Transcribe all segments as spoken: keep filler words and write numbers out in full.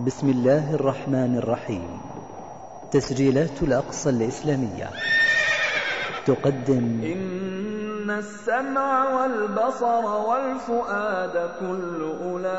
بسم الله الرحمن الرحيم. تسجيلات الأقصى الإسلامية تقدم إن السمع والبصر والفؤاد كل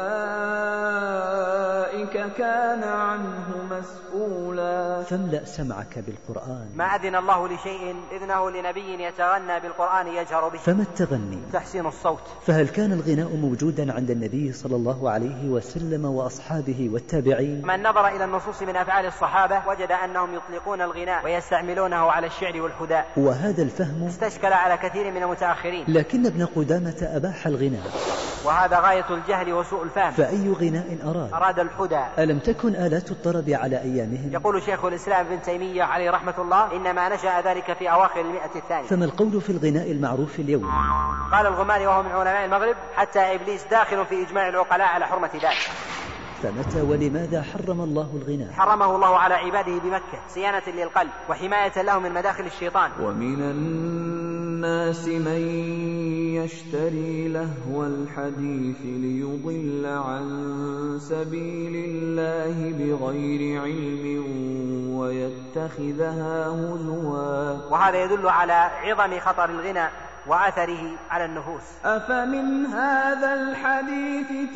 أولئك كان عنه مسؤولا. فاملأ سمعك بالقرآن. ما أذن الله لشيء إذنه لنبي يتغنى بالقرآن يجهر به. فما التغني؟ تحسين الصوت. فهل كان الغناء موجودا عند النبي صلى الله عليه وسلم وأصحابه والتابعين؟ من نظر إلى النصوص من أفعال الصحابة وجد أنهم يطلقون الغناء ويستعملونه على الشعر والحداء، وهذا الفهم استشكل على كثير من المتأخرين، لكن ابن قدامة أباح الغناء، وهذا غاية الجهل وسوء الفهم. فأي غناء أراد؟ أراد الحدى. ألم تكن آلات الطرب على أيامهم؟ يقول شيخ الإسلام ابن تيمية عليه رحمة الله إنما نشأ ذلك في أواخر المئة الثانية. فما القول في الغناء المعروف اليوم؟ قال الغماري وهو من علماء المغرب حتى إبليس داخل في إجماع العقلاء على حرمة ذلك. فمتى ولماذا حرم الله الغناء؟ حرمه الله على عباده بمكة صيانة للقلب وحماية له من مداخل الشيطان. ومن الناس من يشتري لهو الحديث ليضل عن سبيل الله بغير علم ويتخذها هزوا. وهذا يدل على عظم خطر الغناء وأثره على النفوس. أفمن هذا الحديث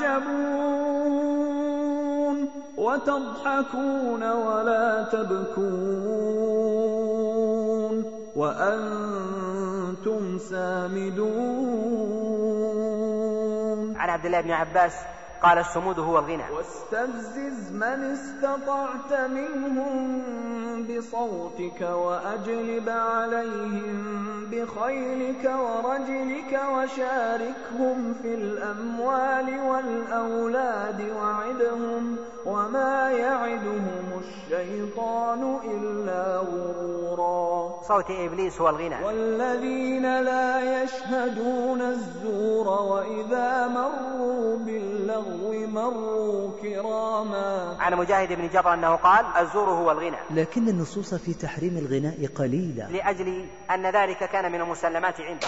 تعجبون وتضحكون ولا تبكون وأنتم سامدون. عن عبد الله بن عباس قال السمود هو الغنى. واستفزز من استطعت منهم بصوتك وأجلب عليهم بخيلك ورجلك وشاركهم في الأموال والأولاد وعدهم وما يعدهم الشيطان إلا غرورا. صوت إبليس هو الغنى. والذين لا يشهدون الزور وإذا مروا باللغو مروا كراما. عن مجاهد بن جبر أنه قال الزور هو الغنى. لكن النصوص في تحريم الغناء قليلة لأجل أن ذلك كان من المسلمات عنده.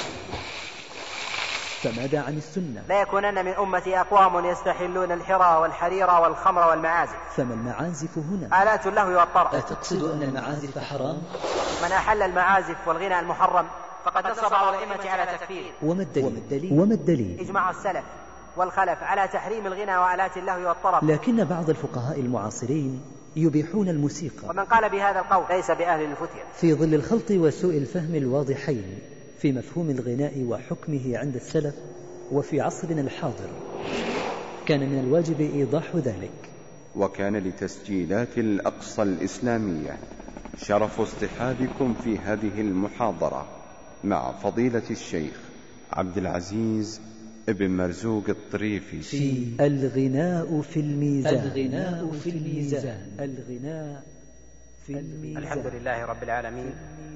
فماذا عن السنة؟ لا يكونن من أمتي أقوام يستحلون الحرى والحرير والخمر والمعازف. فما المعازف هنا؟ آلات اللهو والطرب. أتقصد أن المعازف حرام؟ من أحل المعازف والغناء المحرم فقد نص بعض الأئمة على تكفير. وما الدليل؟ وما الدليل؟ إجماع السلف والخلف على تحريم الغنى وآلات اللهو والطرب. لكن بعض الفقهاء المعاصرين يبيحون الموسيقى، ومن قال بهذا القول ليس بأهل الفتية. في ظل الخلط وسوء الفهم الواضحين في مفهوم الغناء وحكمه عند السلف وفي عصرنا الحاضر كان من الواجب إيضاح ذلك. وكان لتسجيلات الأقصى الإسلامية شرف اصطحابكم في هذه المحاضرة مع فضيلة الشيخ عبد العزيز ابن مرزوق الطريفي في الغناء في الميزان. الغناء في الميزان. الغناء في الميزان. الحمد لله رب العالمين،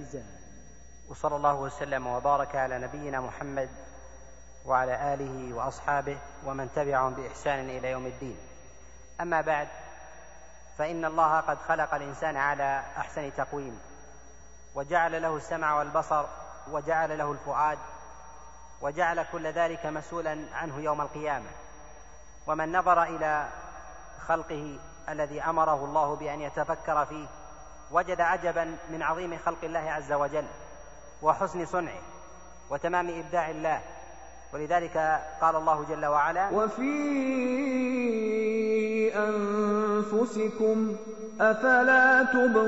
وصلى الله وسلم وبارك على نبينا محمد وعلى آله وأصحابه ومن تبعهم بإحسان إلى يوم الدين. أما بعد، فإن الله قد خلق الإنسان على أحسن تقويم، وجعل له السمع والبصر، وجعل له الفؤاد، وجعل كل ذلك مسؤولا عنه يوم القيامة. ومن نظر إلى خلقه الذي أمره الله بأن يتفكر فيه وجد عجبا من عظيم خلق الله عز وجل وحسن صنعه وتمام إبداع الله. ولذلك قال الله جل وعلا: وفي أنفسكم أفلا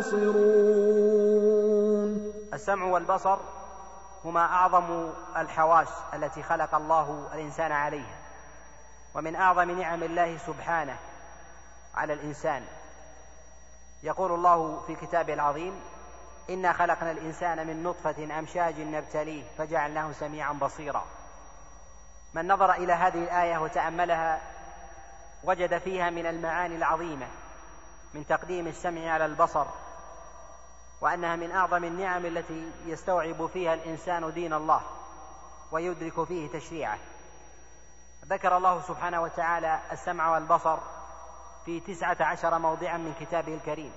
تبصرون. السمع والبصر هما أعظم الحواس التي خلق الله الإنسان عليها، ومن أعظم نعم الله سبحانه على الإنسان. يقول الله في كتابه العظيم: إنا خلقنا الإنسان من نطفة أمشاج نبتليه فجعلناه سميعا بصيرا. من نظر إلى هذه الآية وتأملها وجد فيها من المعاني العظيمة من تقديم السمع على البصر، وأنها من أعظم النعم التي يستوعب فيها الإنسان دين الله ويدرك فيه تشريعه. ذكر الله سبحانه وتعالى السمع والبصر في تسعة عشر موضعا من كتابه الكريم،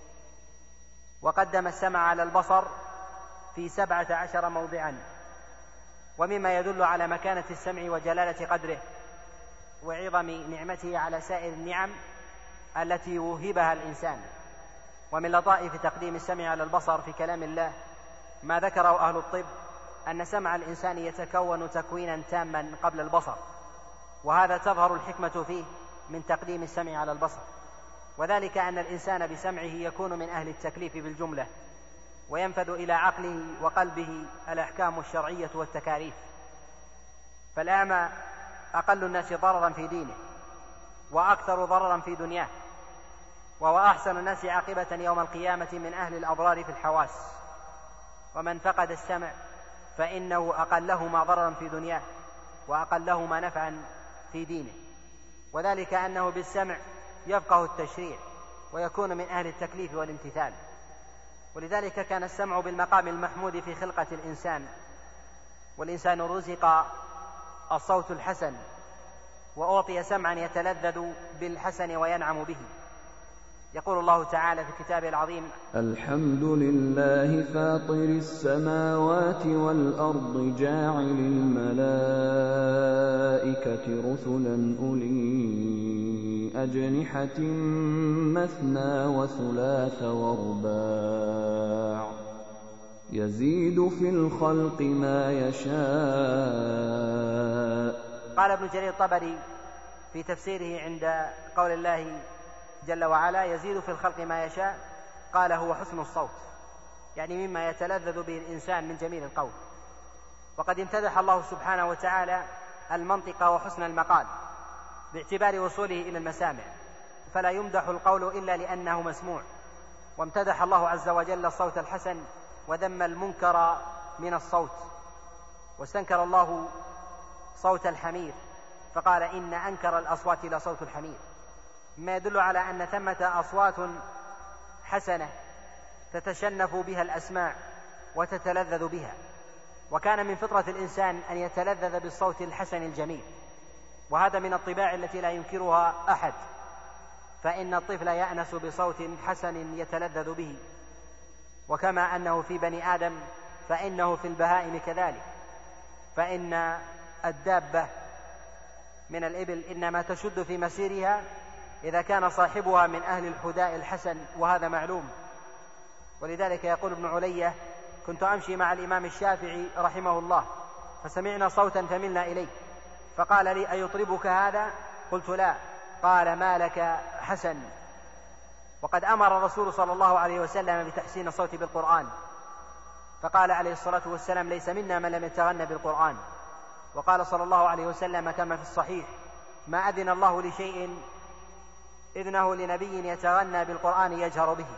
وقدم السمع على البصر في سبعة عشر موضعا. ومما يدل على مكانة السمع وجلالة قدره وعظم نعمته على سائر النعم التي وهبها الإنسان. ومن لطائف تقديم السمع على البصر في كلام الله ما ذكره أهل الطب أن سمع الإنسان يتكون تكوينا تاما قبل البصر، وهذا تظهر الحكمة فيه من تقديم السمع على البصر، وذلك أن الإنسان بسمعه يكون من أهل التكليف بالجملة، وينفذ إلى عقله وقلبه الأحكام الشرعية والتكاليف. فالأعمى أقل الناس ضررا في دينه وأكثر ضررا في دنياه، وهو أحسن الناس عاقبة يوم القيامة من أهل الأضرار في الحواس. ومن فقد السمع فإنه أقلهما ضررا في دنياه وأقلهما نفعا في دينه، وذلك أنه بالسمع يفقه التشريع ويكون من أهل التكليف والامتثال. ولذلك كان السمع بالمقام المحمود في خلقة الإنسان، والإنسان رزق الصوت الحسن وأعطي سمعا يتلذذ بالحسن وينعم به. يقول الله تعالى في كتابه العظيم: الحمد لله فاطر السماوات والأرض جاعل الملائكة رسلا أولي أجنحة مثنى وثلاث ورباع يزيد في الخلق ما يشاء. قال ابن جرير الطبري في تفسيره عند قول الله جل وعلا يزيد في الخلق ما يشاء، قال هو حسن الصوت، يعني مما يتلذذ به الإنسان من جميل القول. وقد امتدح الله سبحانه وتعالى المنطق وحسن المقال باعتبار وصوله إلى المسامع، فلا يمدح القول إلا لأنه مسموع. وامتدح الله عز وجل الصوت الحسن وذم المنكر من الصوت، واستنكر الله صوت الحمير فقال إن أنكر الأصوات لصوت الحمير، ما يدل على أن ثمة أصوات حسنة تتشنف بها الأسماع وتتلذذ بها. وكان من فطرة الإنسان أن يتلذذ بالصوت الحسن الجميل، وهذا من الطباع التي لا ينكرها أحد، فإن الطفل يأنس بصوت حسن يتلذذ به، وكما أنه في بني آدم فإنه في البهائم كذلك. فإن الدابة من الإبل إنما تشد في مسيرها إذا كان صاحبها من أهل الحداء الحسن، وهذا معلوم. ولذلك يقول ابن علية: كنت أمشي مع الإمام الشافعي رحمه الله فسمعنا صوتا فملنا إليه، فقال لي: أيطربك هذا؟ قلت: لا. قال: ما لك حسن. وقد أمر الرسول صلى الله عليه وسلم بتحسين الصوت بالقرآن، فقال عليه الصلاة والسلام: ليس منا من لم يتغنى بالقرآن. وقال صلى الله عليه وسلم كما في الصحيح: ما أذن الله لشيء إذنه لنبي يتغنى بالقرآن يجهر به.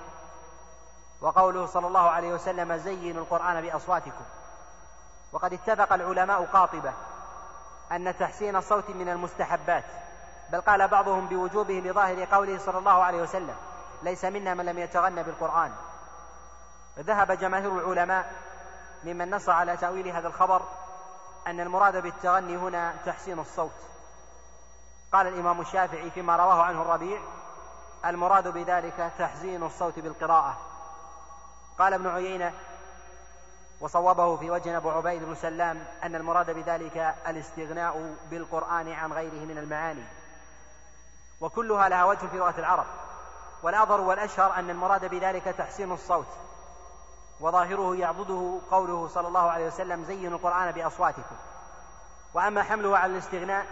وقوله صلى الله عليه وسلم: زينوا القرآن بأصواتكم. وقد اتفق العلماء قاطبة أن تحسين الصوت من المستحبات، بل قال بعضهم بوجوبه لظاهر قوله صلى الله عليه وسلم: ليس منا من لم يتغنى بالقرآن. ذهب جماهير العلماء ممن نص على تأويل هذا الخبر أن المراد بالتغني هنا تحسين الصوت. قال الإمام الشافعي فيما رواه عنه الربيع: المراد بذلك تحسين الصوت بالقراءة. قال ابن عيينة وصوبه في وجه أبو عبيد بن سلام أن المراد بذلك الاستغناء بالقرآن عن غيره من المعاني، وكلها لها وجه في لغة العرب. والأظهر والأشهر أن المراد بذلك تحسين الصوت، وظاهره يعضده قوله صلى الله عليه وسلم: زينوا القرآن بأصواتكم. وأما حمله على الاستغناء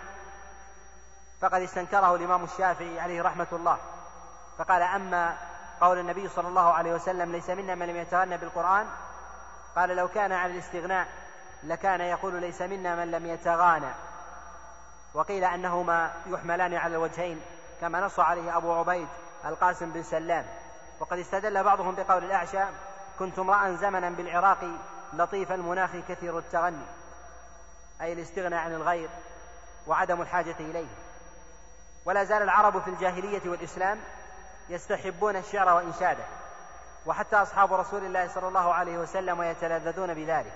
فقد استنكره الإمام الشافعي عليه رحمة الله، فقال: أما قول النبي صلى الله عليه وسلم: ليس منا من لم يتغنى بالقرآن، قال: لو كان على الاستغناء لكان يقول: ليس منا من لم يتغانى. وقيل أنهما يحملان على الوجهين كما نص عليه أبو عبيد القاسم بن سلام. وقد استدل بعضهم بقول الأعشى: كنت امرأ زمنا بالعراق لطيف المناخ كثير التغني، أي الاستغناء عن الغير وعدم الحاجة إليه. ولا زال العرب في الجاهلية والإسلام يستحبون الشعر وإنشاده، وحتى أصحاب رسول الله صلى الله عليه وسلم يتلذذون بذلك.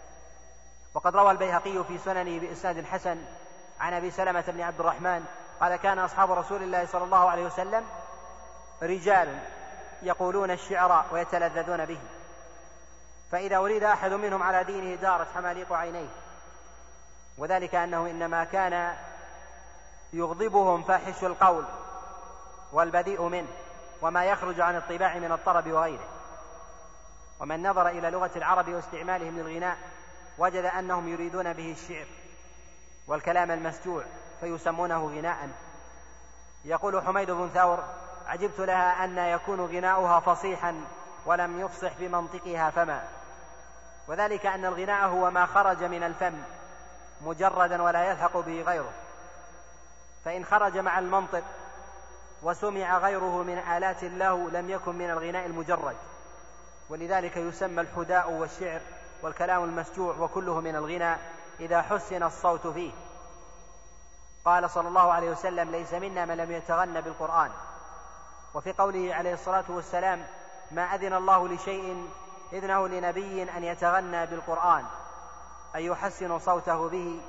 وقد روى البيهقي في سننه بإسناد حسن عن أبي سلمة بن عبد الرحمن قال: كان أصحاب رسول الله صلى الله عليه وسلم رجال يقولون الشعر ويتلذذون به، فإذا أريد أحد منهم على دينه دارت حماليق عينيه، وذلك أنه إنما كان يغضبهم فاحش القول والبذيء منه وما يخرج عن الطباع من الطرب وغيره. ومن نظر إلى لغة العرب واستعمالهم للغناء وجد أنهم يريدون به الشعر والكلام المسجوع فيسمونه غناء. يقول حميد بن ثور: عجبت لها أن يكون غناؤها فصيحا ولم يفصح بمنطقها فما، وذلك أن الغناء هو ما خرج من الفم مجردا ولا يلحق به غيره، فإن خرج مع المنطق وسمع غيره من آلات له لم يكن من الغناء المجرد، ولذلك يسمى الحداء والشعر والكلام المسجوع وكله من الغناء إذا حسن الصوت فيه. قال صلى الله عليه وسلم: ليس منا من لم يتغنى بالقرآن. وفي قوله عليه الصلاة والسلام: ما أذن الله لشيء إذنه لنبي أن يتغنى بالقرآن، أي يحسن صوته به،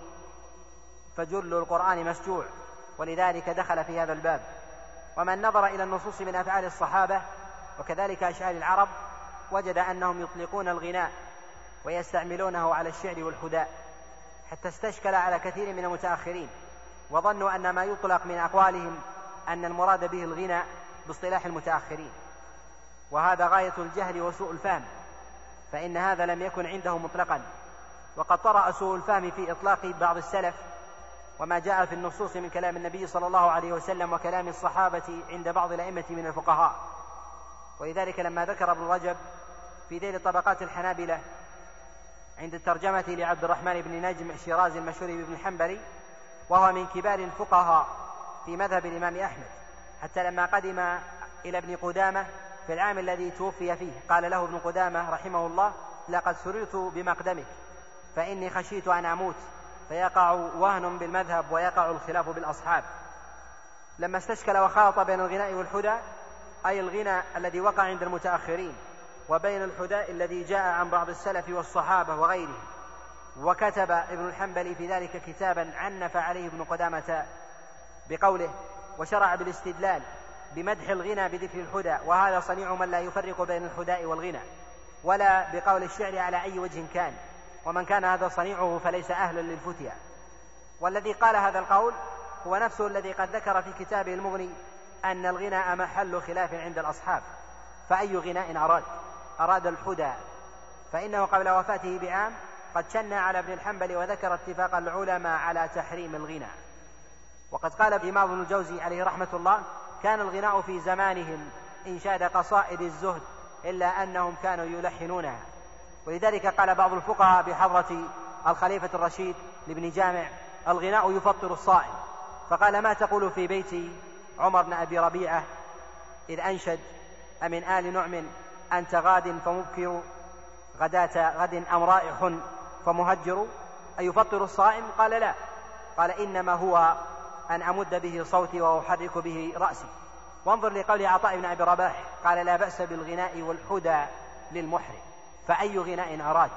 فجل القرآن مسجوع، ولذلك دخل في هذا الباب. ومن نظر إلى النصوص من أفعال الصحابة وكذلك أشعار العرب وجد أنهم يطلقون الغناء ويستعملونه على الشعر والحداء، حتى استشكل على كثير من المتأخرين وظنوا أن ما يطلق من أقوالهم أن المراد به الغناء باصطلاح المتأخرين، وهذا غاية الجهل وسوء الفهم، فإن هذا لم يكن عنده مطلقا. وقد طرأ سوء الفهم في إطلاق بعض السلف وما جاء في النصوص من كلام النبي صلى الله عليه وسلم وكلام الصحابة عند بعض الأئمة من الفقهاء. ولذلك لما ذكر ابن رجب في ذيل طبقات الحنابلة عند الترجمة لعبد الرحمن بن نجم الشيرازي المشهور بن حنبلي، وهو من كبار الفقهاء في مذهب الإمام أحمد، حتى لما قدم إلى ابن قدامة في العام الذي توفي فيه قال له ابن قدامة رحمه الله: لقد سررت بمقدمك فإني خشيت أن أموت فيقع وهن بالمذهب ويقع الخلاف بالأصحاب. لما استشكل وخالط بين الغناء والحدى، أي الغنى الذي وقع عند المتأخرين، وبين الحداء الذي جاء عن بعض السلف والصحابة وغيرهم، وكتب ابن الحنبلي في ذلك كتابا عنف عليه ابن قدامة بقوله: وشرع بالاستدلال بمدح الغنى بذكر الحدى، وهذا صنيع من لا يفرق بين الحداء والغنى، ولا بقول الشعر على أي وجه كان، ومن كان هذا صنيعه فليس أهلا للفتيا. والذي قال هذا القول هو نفسه الذي قد ذكر في كتابه المغني أن الغناء محل خلاف عند الأصحاب، فأي غناء أراد؟ أراد الحدى، فإنه قبل وفاته بعام قد شن على ابن الحنبل وذكر اتفاق العلماء على تحريم الغناء. وقد قال الإمام ابن الجوزي عليه رحمة الله: كان الغناء في زمانهم إنشاد قصائد الزهد إلا أنهم كانوا يلحنونها. ولذلك قال بعض الفقهاء بحضرة الخليفة الرشيد لابن جامع: الغناء يفطر الصائم. فقال: ما تقول في بيت عمر بن أبي ربيعة إذ أنشد: أمن آل نعم أنت غاد فمبكر غداة غد أم رائح فمهجر، أيفطر الصائم؟ قال: لا. قال: إنما هو أن أمد به صوتي وأحرك به رأسي. وانظر لقول عطاء بن أبي رباح قال: لا بأس بالغناء والحدى للمحرم. فأي غناء أراد؟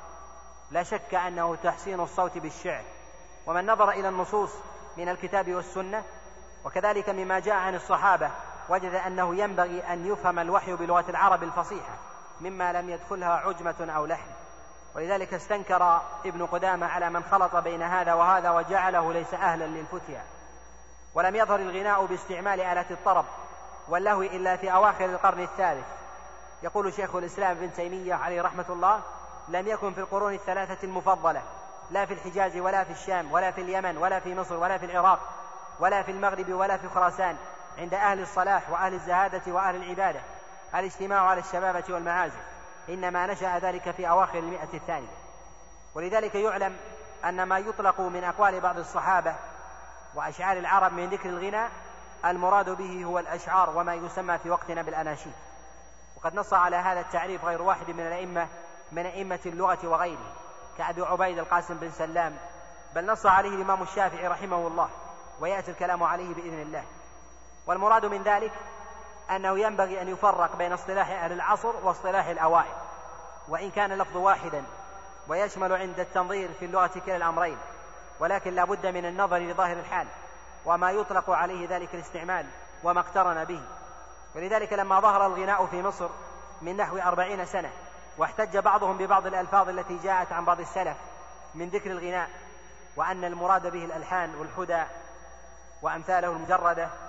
لا شك أنه تحسين الصوت بالشعر. ومن نظر إلى النصوص من الكتاب والسنة وكذلك مما جاء عن الصحابة وجد أنه ينبغي أن يفهم الوحي بلغة العرب الفصيحة مما لم يدخلها عجمة أو لحن. ولذلك استنكر ابن قدامة على من خلط بين هذا وهذا وجعله ليس أهلا للفتيا. ولم يظهر الغناء باستعمال آلات الطرب واللهو إلا في أواخر القرن الثالث. يقول شيخ الإسلام ابن تيمية عليه رحمة الله: لم يكن في القرون الثلاثة المفضلة، لا في الحجاز ولا في الشام ولا في اليمن ولا في مصر ولا في العراق ولا في المغرب ولا في خراسان، عند أهل الصلاح وأهل الزهادة وأهل العبادة، الاجتماع على الشبابة والمعازف، إنما نشأ ذلك في أواخر المئة الثانية. ولذلك يعلم أن ما يطلق من أقوال بعض الصحابة وأشعار العرب من ذكر الغنى المراد به هو الأشعار وما يسمى في وقتنا بالأناشيد. وقد نص على هذا التعريف غير واحد من الأئمة من أئمة اللغة وغيره كأبي عبيد القاسم بن سلام، بل نص عليه الإمام الشافعي رحمه الله، ويأتي الكلام عليه بإذن الله. والمراد من ذلك أنه ينبغي أن يفرق بين اصطلاح أهل العصر واصطلاح الأوائل، وإن كان اللفظ واحدا ويشمل عند التنظير في اللغة كلا الأمرين، ولكن لا بد من النظر لظاهر الحال وما يطلق عليه ذلك الاستعمال وما اقترن به. ولذلك لما ظهر الغناء في مصر من نحو أربعين سنة واحتج بعضهم ببعض الألفاظ التي جاءت عن بعض السلف من ذكر الغناء وأن المراد به الألحان والحدى وأمثاله المجردة،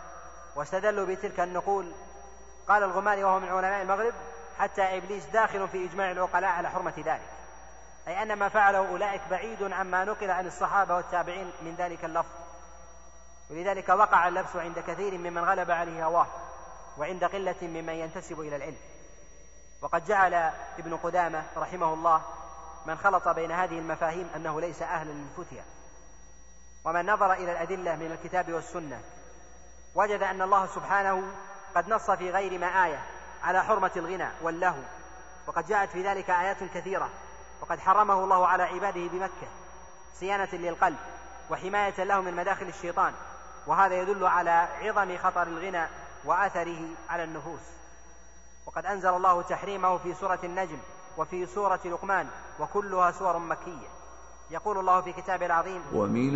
واستدلوا بتلك النقول. قال الغماري وهو من علماء المغرب: حتى إبليس داخل في إجماع العقلاء على حرمة ذلك، أي أن ما فعله أولئك بعيد عما نقل عن الصحابة والتابعين من ذلك اللفظ. ولذلك وقع اللبس عند كثير ممن غلب عليه هواه، وعند قلة ممن ينتسب إلى العلم. وقد جعل ابن قدامة رحمه الله من خلط بين هذه المفاهيم أنه ليس أهلا للفتيا. ومن نظر إلى الأدلة من الكتاب والسنة وجد أن الله سبحانه قد نص في غير ما آية على حرمة الغنى واللهو، وقد جاءت في ذلك آيات كثيرة، وقد حرمه الله على عباده بمكة صيانة للقلب وحماية له من مداخل الشيطان. وهذا يدل على عظم خطر الغنى وأثره على النفوس. وقد أنزل الله تحريمه في سورة النجم وفي سورة لقمان، وكلها سور مكية. يقول الله في كتابه العظيم: ومن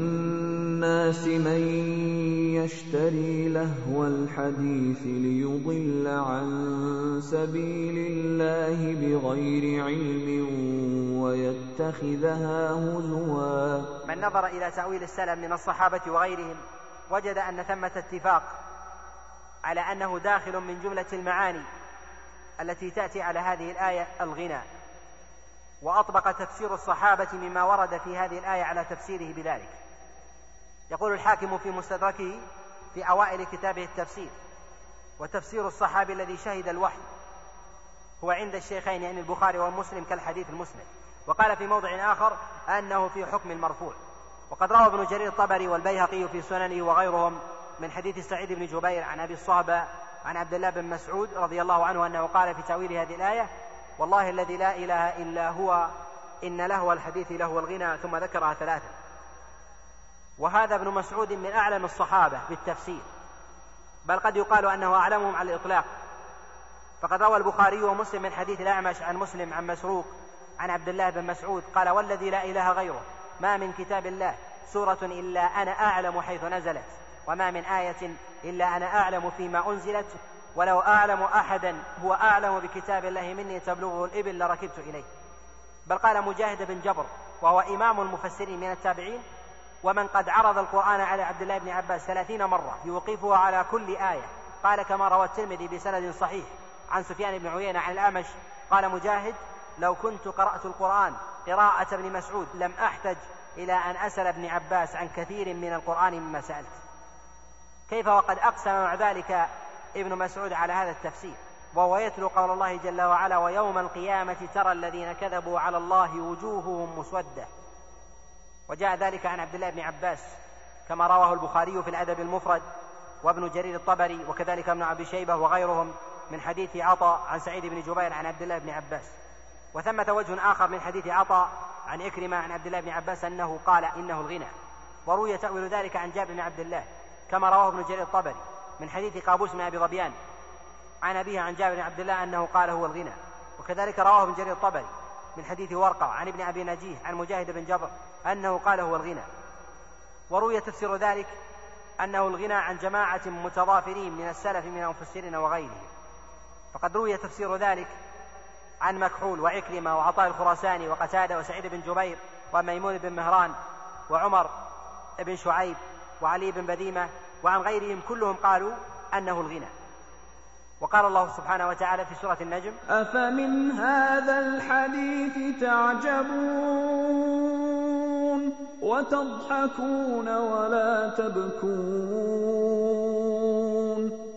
الناس من يشتري لهو الحديث ليضل عن سبيل الله بغير علم ويتخذها هزوا. من نظر إلى تأويل السلف من الصحابة وغيرهم وجد أن ثمة اتفاق على أنه داخل من جملة المعاني التي تأتي على هذه الآية الغنى، وأطبق تفسير الصحابة مما ورد في هذه الآية على تفسيره بذلك. يقول الحاكم في مستدركه في أوائل كتابه التفسير: وتفسير الصحابي الذي شهد الوحي هو عند الشيخين يعني البخاري ومسلم كالحديث المسند. وقال في موضع آخر أنه في حكم المرفوع. وقد روى ابن جرير الطبري والبيهقي في سننه وغيرهم من حديث سعيد بن جبير عن أبي الصهبة عن عبد الله بن مسعود رضي الله عنه أنه قال في تأويل هذه الآية: والله الذي لا إله إلا هو إن لهو الحديث لهو الغنى، ثم ذكرها ثلاثة. وهذا ابن مسعود من أعلم الصحابة بالتفسير، بل قد يقال أنه أعلمهم على الإطلاق. فقد روى البخاري ومسلم من حديث الأعمش عن مسلم عن مسروق عن عبد الله بن مسعود قال: والذي لا إله غيره ما من كتاب الله سورة إلا أنا أعلم حيث نزلت، وما من آية إلا أنا أعلم فيما أنزلت، ولو أعلم أحدا هو أعلم بكتاب الله مني تبلغه الإبل لركبت إليه. بل قال مجاهد بن جبر وهو إمام المفسرين من التابعين، ومن قد عرض القرآن على عبد الله بن عباس ثلاثين مرة يوقفه على كل آية. قال كما روى الترمذي بسند صحيح عن سفيان بن عيينة عن الأعمش قال مجاهد: لو كنت قرأت القرآن قراءة ابن مسعود لم أحتج إلى أن أسأل ابن عباس عن كثير من القرآن مما سألت. كيف وقد أقسم مع ذلك ابن مسعود على هذا التفسير، وهو يتلو قول الله جل وعلا: ويوم القيامة ترى الذين كذبوا على الله وجوههم مسودة. وجاء ذلك عن عبد الله بن عباس كما رواه البخاري في الأدب المفرد وابن جرير الطبري وكذلك ابن أبي شيبة وغيرهم من حديث عطاء عن سعيد بن جبير عن عبد الله بن عباس. وثمة وجه آخر من حديث عطاء عن إكرمة عن عبد الله بن عباس أنه قال: إنه الغنى. وروي تأويل ذلك عن جابر بن عبد الله كما رواه ابن جرير الطبري من حديث قابوس بن أبي ظبيان عن أبيه عن جابر بن عبد الله أنه قال: هو الغنى. وكذلك رواه ابن جرير الطبري من حديث ورقة عن ابن أبي نجيه عن مجاهد بن جبر أنه قال: هو الغنى. وروي تفسير ذلك أنه الغنى عن جماعة متضافرين من السلف من المفسرين وغيرهم. فقد روي تفسير ذلك عن مكحول وعكرمة وعطاء الخراساني وقتادة وسعيد بن جبير وميمون بن مهران وعمر بن شعيب وعلي بن بذيمة وعن غيرهم كلهم قالوا أنه الغنى. وقال الله سبحانه وتعالى في سورة النجم: أفمن هذا الحديث تعجبون وتضحكون ولا تبكون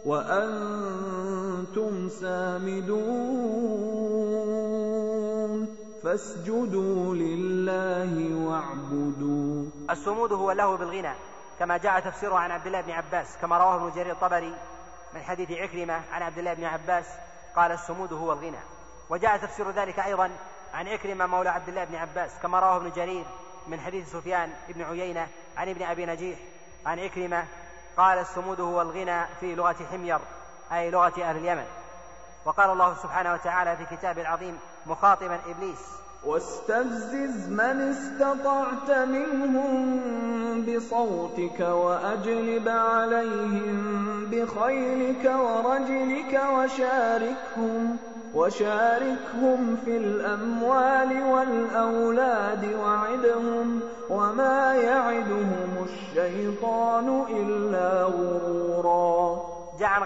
وأنتم سامدون فاسجدوا لله واعبدوا. الصمود هو له بالغنى كما جاء تفسيره عن عبد الله بن عباس كما رواه ابن جرير الطبري من حديث عكرمة عن عبد الله بن عباس قال: الصمود هو الغنى. وجاء تفسير ذلك أيضا عن عكرمة مولى عبد الله بن عباس كما رواه ابن جرير من حديث سفيان بن عيينة عن ابن أبي نجيح عن عكرمة قال: الصمود هو الغنى في لغة حمير أي لغة أهل اليمن. وقال الله سبحانه وتعالى في كتابه العظيم مخاطبا إبليس: واستفزز من استطعت منهم بصوتك وأجلب عليهم بخيلك ورجلك وشاركهم وشاركهم في الأموال والأولاد وعدهم وما يعدهم الشيطان إلا غرورا.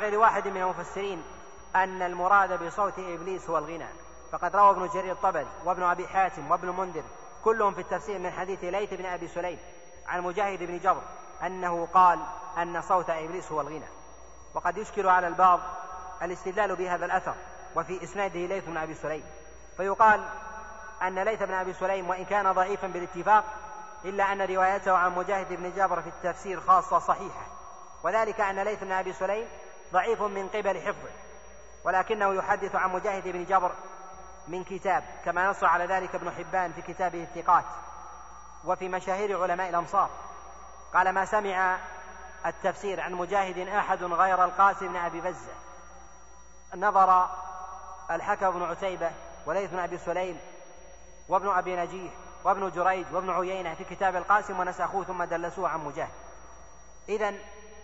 غير واحد من المفسرين أن المراد بصوت إبليس هو الغنى، فقد روى ابن جرير الطبري وابن أبي حاتم وابن المنذر كلهم في التفسير من حديث ليث بن أبي سليم عن مجاهد بن جبر أنه قال أن صوت إبليس هو الغنى. وقد يشكل على البعض الاستدلال بهذا الأثر وفي إسناده ليث بن أبي سليم، فيقال أن ليث بن أبي سليم وإن كان ضعيفا بالاتفاق إلا أن روايته عن مجاهد بن جبر في التفسير خاصة صحيحة، وذلك أن ليث بن أبي سليم ضعيف من قبل حفظه، ولكنه يحدث عن مجاهد بن جبر من كتاب، كما نص على ذلك ابن حبان في كتابه الثقات وفي مشاهير علماء الأمصار. قال ما سمع التفسير عن مجاهد أحد غير القاسم بن أبي بزة. نظر الحكم بن عتيبة وليث بن أبي سليم وابن أبي نجيح وابن جريج وابن عيينة في كتاب القاسم ونسخوه ثم دلسوه عن مجاهد. إذن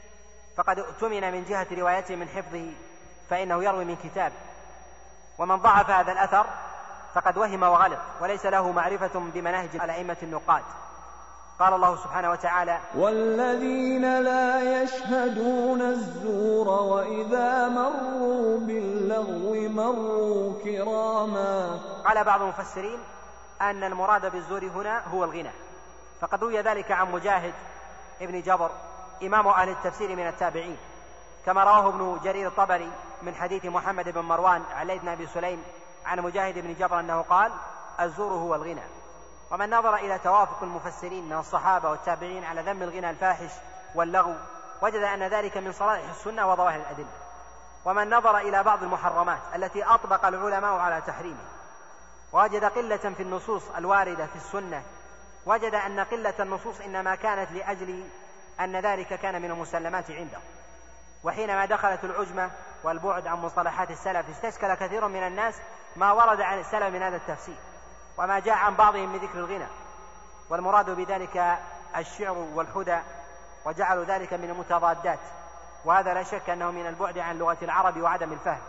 فقد اؤتمن من جهة روايته من حفظه، فإنه يروي من كتاب، ومن ضعف هذا الأثر فقد وهم وغلط وليس له معرفة بمناهج الأئمة النقاد. قال الله سبحانه وتعالى: والذين لا يشهدون الزور وإذا مروا باللغو مروا كراما. قال بعض المفسرين أن المراد بالزور هنا هو الغنى، فقد روي ذلك عن مجاهد ابن جبر إمام أهل التفسير من التابعين، كما رواه ابن جرير الطبري من حديث محمد بن مروان عن ليث بن أبي سليم عن مجاهد بن جبر أنه قال: الزور هو الغنى. ومن نظر إلى توافق المفسرين من الصحابة والتابعين على ذم الغنى الفاحش واللغو وجد أن ذلك من صرائح السنة وظواهر الأدلة. ومن نظر إلى بعض المحرمات التي أطبق العلماء على تحريمه ووجد قلة في النصوص الواردة في السنة، وجد أن قلة النصوص إنما كانت لأجل أن ذلك كان من المسلمات عنده. وحينما دخلت العجمة والبعد عن مصطلحات السلف استشكل كثير من الناس ما ورد عن السلف من هذا التفسير وما جاء عن بعضهم من ذكر الغنى، والمراد بذلك الشعر والحدى، وجعلوا ذلك من المتضادات، وهذا لا شك أنه من البعد عن لغة العرب وعدم الفهم.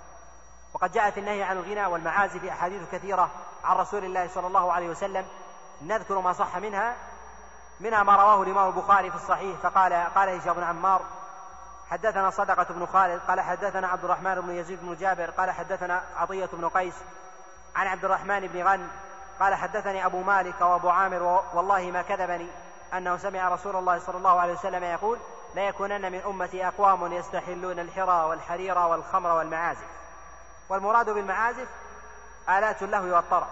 وقد جاء في النهي عن الغنى والمعازف أحاديث كثيرة عن رسول الله صلى الله عليه وسلم، نذكر ما صح منها منها ما رواه الإمام البخاري في الصحيح فقال: قال هشام بن عمار حدثنا صدقة بن خالد قال حدثنا عبد الرحمن بن يزيد بن جابر قال حدثنا عطية بن قيس عن عبد الرحمن بن غن قال حدثني أبو مالك وأبو عامر والله ما كذبني أنه سمع رسول الله صلى الله عليه وسلم يقول: لا يكونن من أمتي أقوام يستحلون الحرى والحرير والخمر والمعازف. والمراد بالمعازف آلات اللهو والطرب،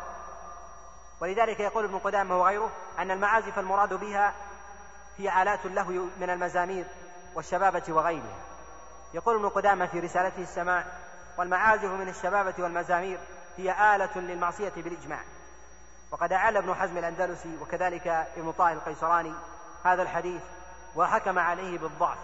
ولذلك يقول ابن قدامة وغيره أن المعازف المراد بها هي آلات اللهو من المزامير والشبابة وغيرها. يقول ابن قدامة في رسالته السماع: والمعازف من الشبابة والمزامير هي آلة للمعصية بالإجماع. وقد أعل ابن حزم الأندلسي وكذلك ابن طاهر القيسراني هذا الحديث وحكم عليه بالضعف،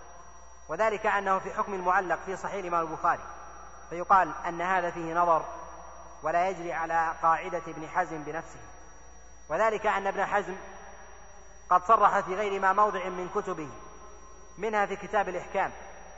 وذلك أنه في حكم المعلق في صحيح الإمام البخاري، فيقال أن هذا فيه نظر ولا يجري على قاعدة ابن حزم بنفسه، وذلك أن ابن حزم قد صرح في غير ما موضع من كتبه، منها في كتاب الإحكام،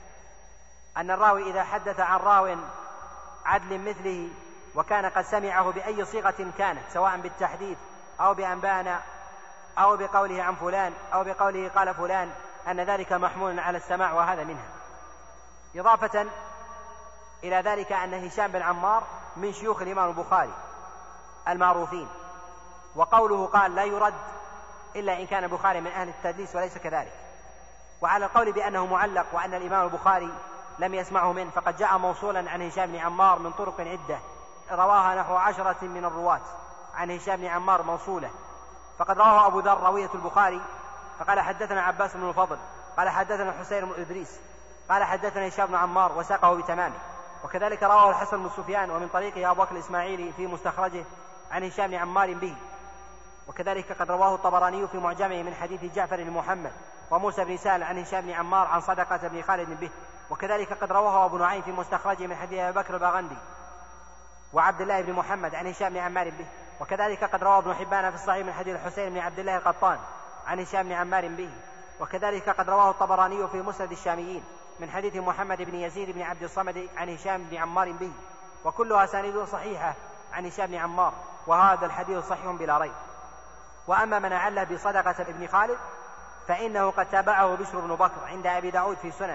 أن الراوي إذا حدث عن راو عدل مثله وكان قد سمعه بأي صيغة كانت، سواء بالتحديث أو بأنبانا أو بقوله عن فلان أو بقوله قال فلان، أن ذلك محمول على السماع، وهذا منها. إضافة إلى ذلك أن هشام بن عمار من شيوخ الإمام البخاري المعروفين، وقوله قال لا يرد إلا إن كان البخاري من أهل التدليس وليس كذلك. وعلى القول بأنه معلق وأن الإمام البخاري لم يسمعه منه، فقد جاء موصولا عن هشام بن عمار من طرق عدة رواها نحو عشرة من الرواة عن هشام بن عمار موصولة. فقد رواه أبو ذر روية البخاري فقال حدثنا عباس بن الفضل قال حدثنا حسين بن إدريس قال حدثنا هشام بن عمار وساقه بتمامه. وكذلك رواه الحسن بن سفيان ومن طريقه أبو بكر الإسماعيلي في مستخرجه عن هشام بن عمار به. وكذلك قد رواه الطبراني في معجمه من حديث جعفر بن محمد وموسى بن سال عن هشام بن عمار عن صدقة بن خالد به. وكذلك قد رواه أبو نعيم في مستخرجه من حديث أبي بكر الباغندي وعبد الله بن محمد عن هشام بن عمار به. وكذلك قد رواه ابن حبان في الصحيح من حديث الحسين بن عبد الله القطان عن هشام بن عمار به. وكذلك قد رواه الطبراني في مسند الشاميين من حديث محمد بن يزيد بن عبد الصمد عن هشام بن عمار به، وكلها أسانيد صحيحة عن هشام بن عمار، وهذا الحديث صحيح بلا ريب. وأما من أعله بصدقة ابن خالد فإنه قد تابعه بشر بن بكر عند أبي داود في سننه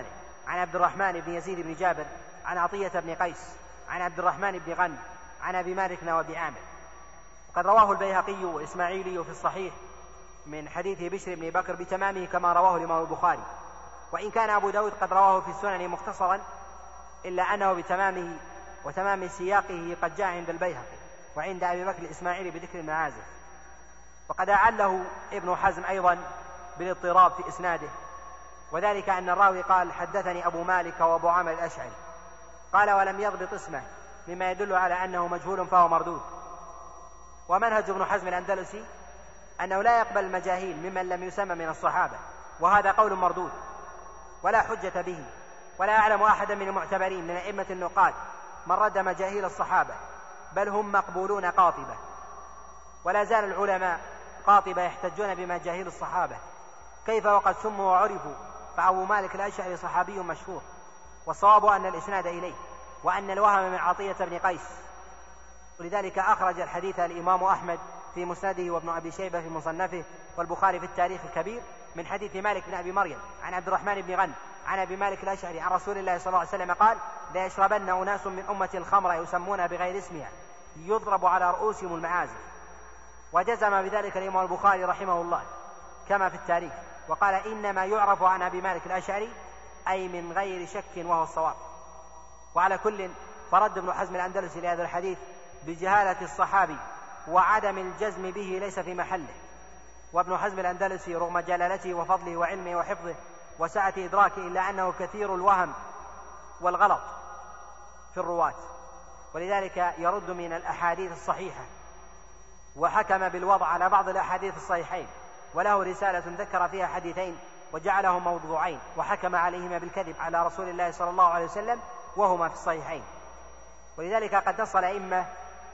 عن عبد الرحمن بن يزيد بن جابر عن عطية بن قيس عن عبد الرحمن بن غنم عن أبي مالك وأبي عامر. وقد رواه البيهقي وإسماعيلي في الصحيح من حديث بشر بن بكر بتمامه كما رواه الإمام البخاري، وإن كان أبو داود قد رواه في السنن مختصرا إلا أنه بتمامه وتمام سياقه قد جاء عند البيهقي وعند أبي بكر الإسماعيلي بذكر المعازف. وقد أعله ابن حزم أيضا بالاضطراب في إسناده، وذلك أن الراوي قال حدثني أبو مالك وأبو عامر الأشعري، قال ولم يضبط اسمه مما يدل على أنه مجهول فهو مردود. ومنهج ابن حزم الأندلسي أنه لا يقبل المجاهيل ممن لم يسمى من الصحابة، وهذا قول مردود ولا حجة به، ولا أعلم أحدا من المعتبرين من أئمة النقاد من رد مجاهيل الصحابة، بل هم مقبولون قاطبة. ولا زال العلماء قاطبة يحتجون بمجاهيل الصحابة، كيف وقد سموا وعرفوا، فأبو مالك الأشعري صحابي مشهور، والصواب أن الإسناد إليه، وأن الوهم من عطية بن قيس. ولذلك أخرج الحديث الإمام أحمد في مسنده وابن أبي شيبة في مصنفه والبخاري في التاريخ الكبير من حديث مالك بن أبي مريم عن عبد الرحمن بن غنم عن أبي مالك الأشعري عن رسول الله صلى الله عليه وسلم قال لا يشربن أناس من أمة الخمر يسمون بغير اسمها يضرب على رؤوسهم المعازف. وجزم بذلك الإمام البخاري رحمه الله كما في التاريخ، وقال إنما يعرف عن أبي مالك الأشعري أي من غير شك وهو الصواب. وعلى كل فرد ابن حزم الأندلسي لهذا الحديث بجهالة الصحابي وعدم الجزم به ليس في محله. وابن حزم الأندلسي رغم جلالته وفضله وعلمه وحفظه وسعة إدراكه إلا أنه كثير الوهم والغلط في الرواة، ولذلك يرد من الأحاديث الصحيحة، وحكم بالوضع على بعض الأحاديث الصحيحين، وله رسالة ذكر فيها حديثين وجعلهم موضوعين، وحكم عليهما بالكذب على رسول الله صلى الله عليه وسلم وهما في الصحيحين. ولذلك قد نص الأئمة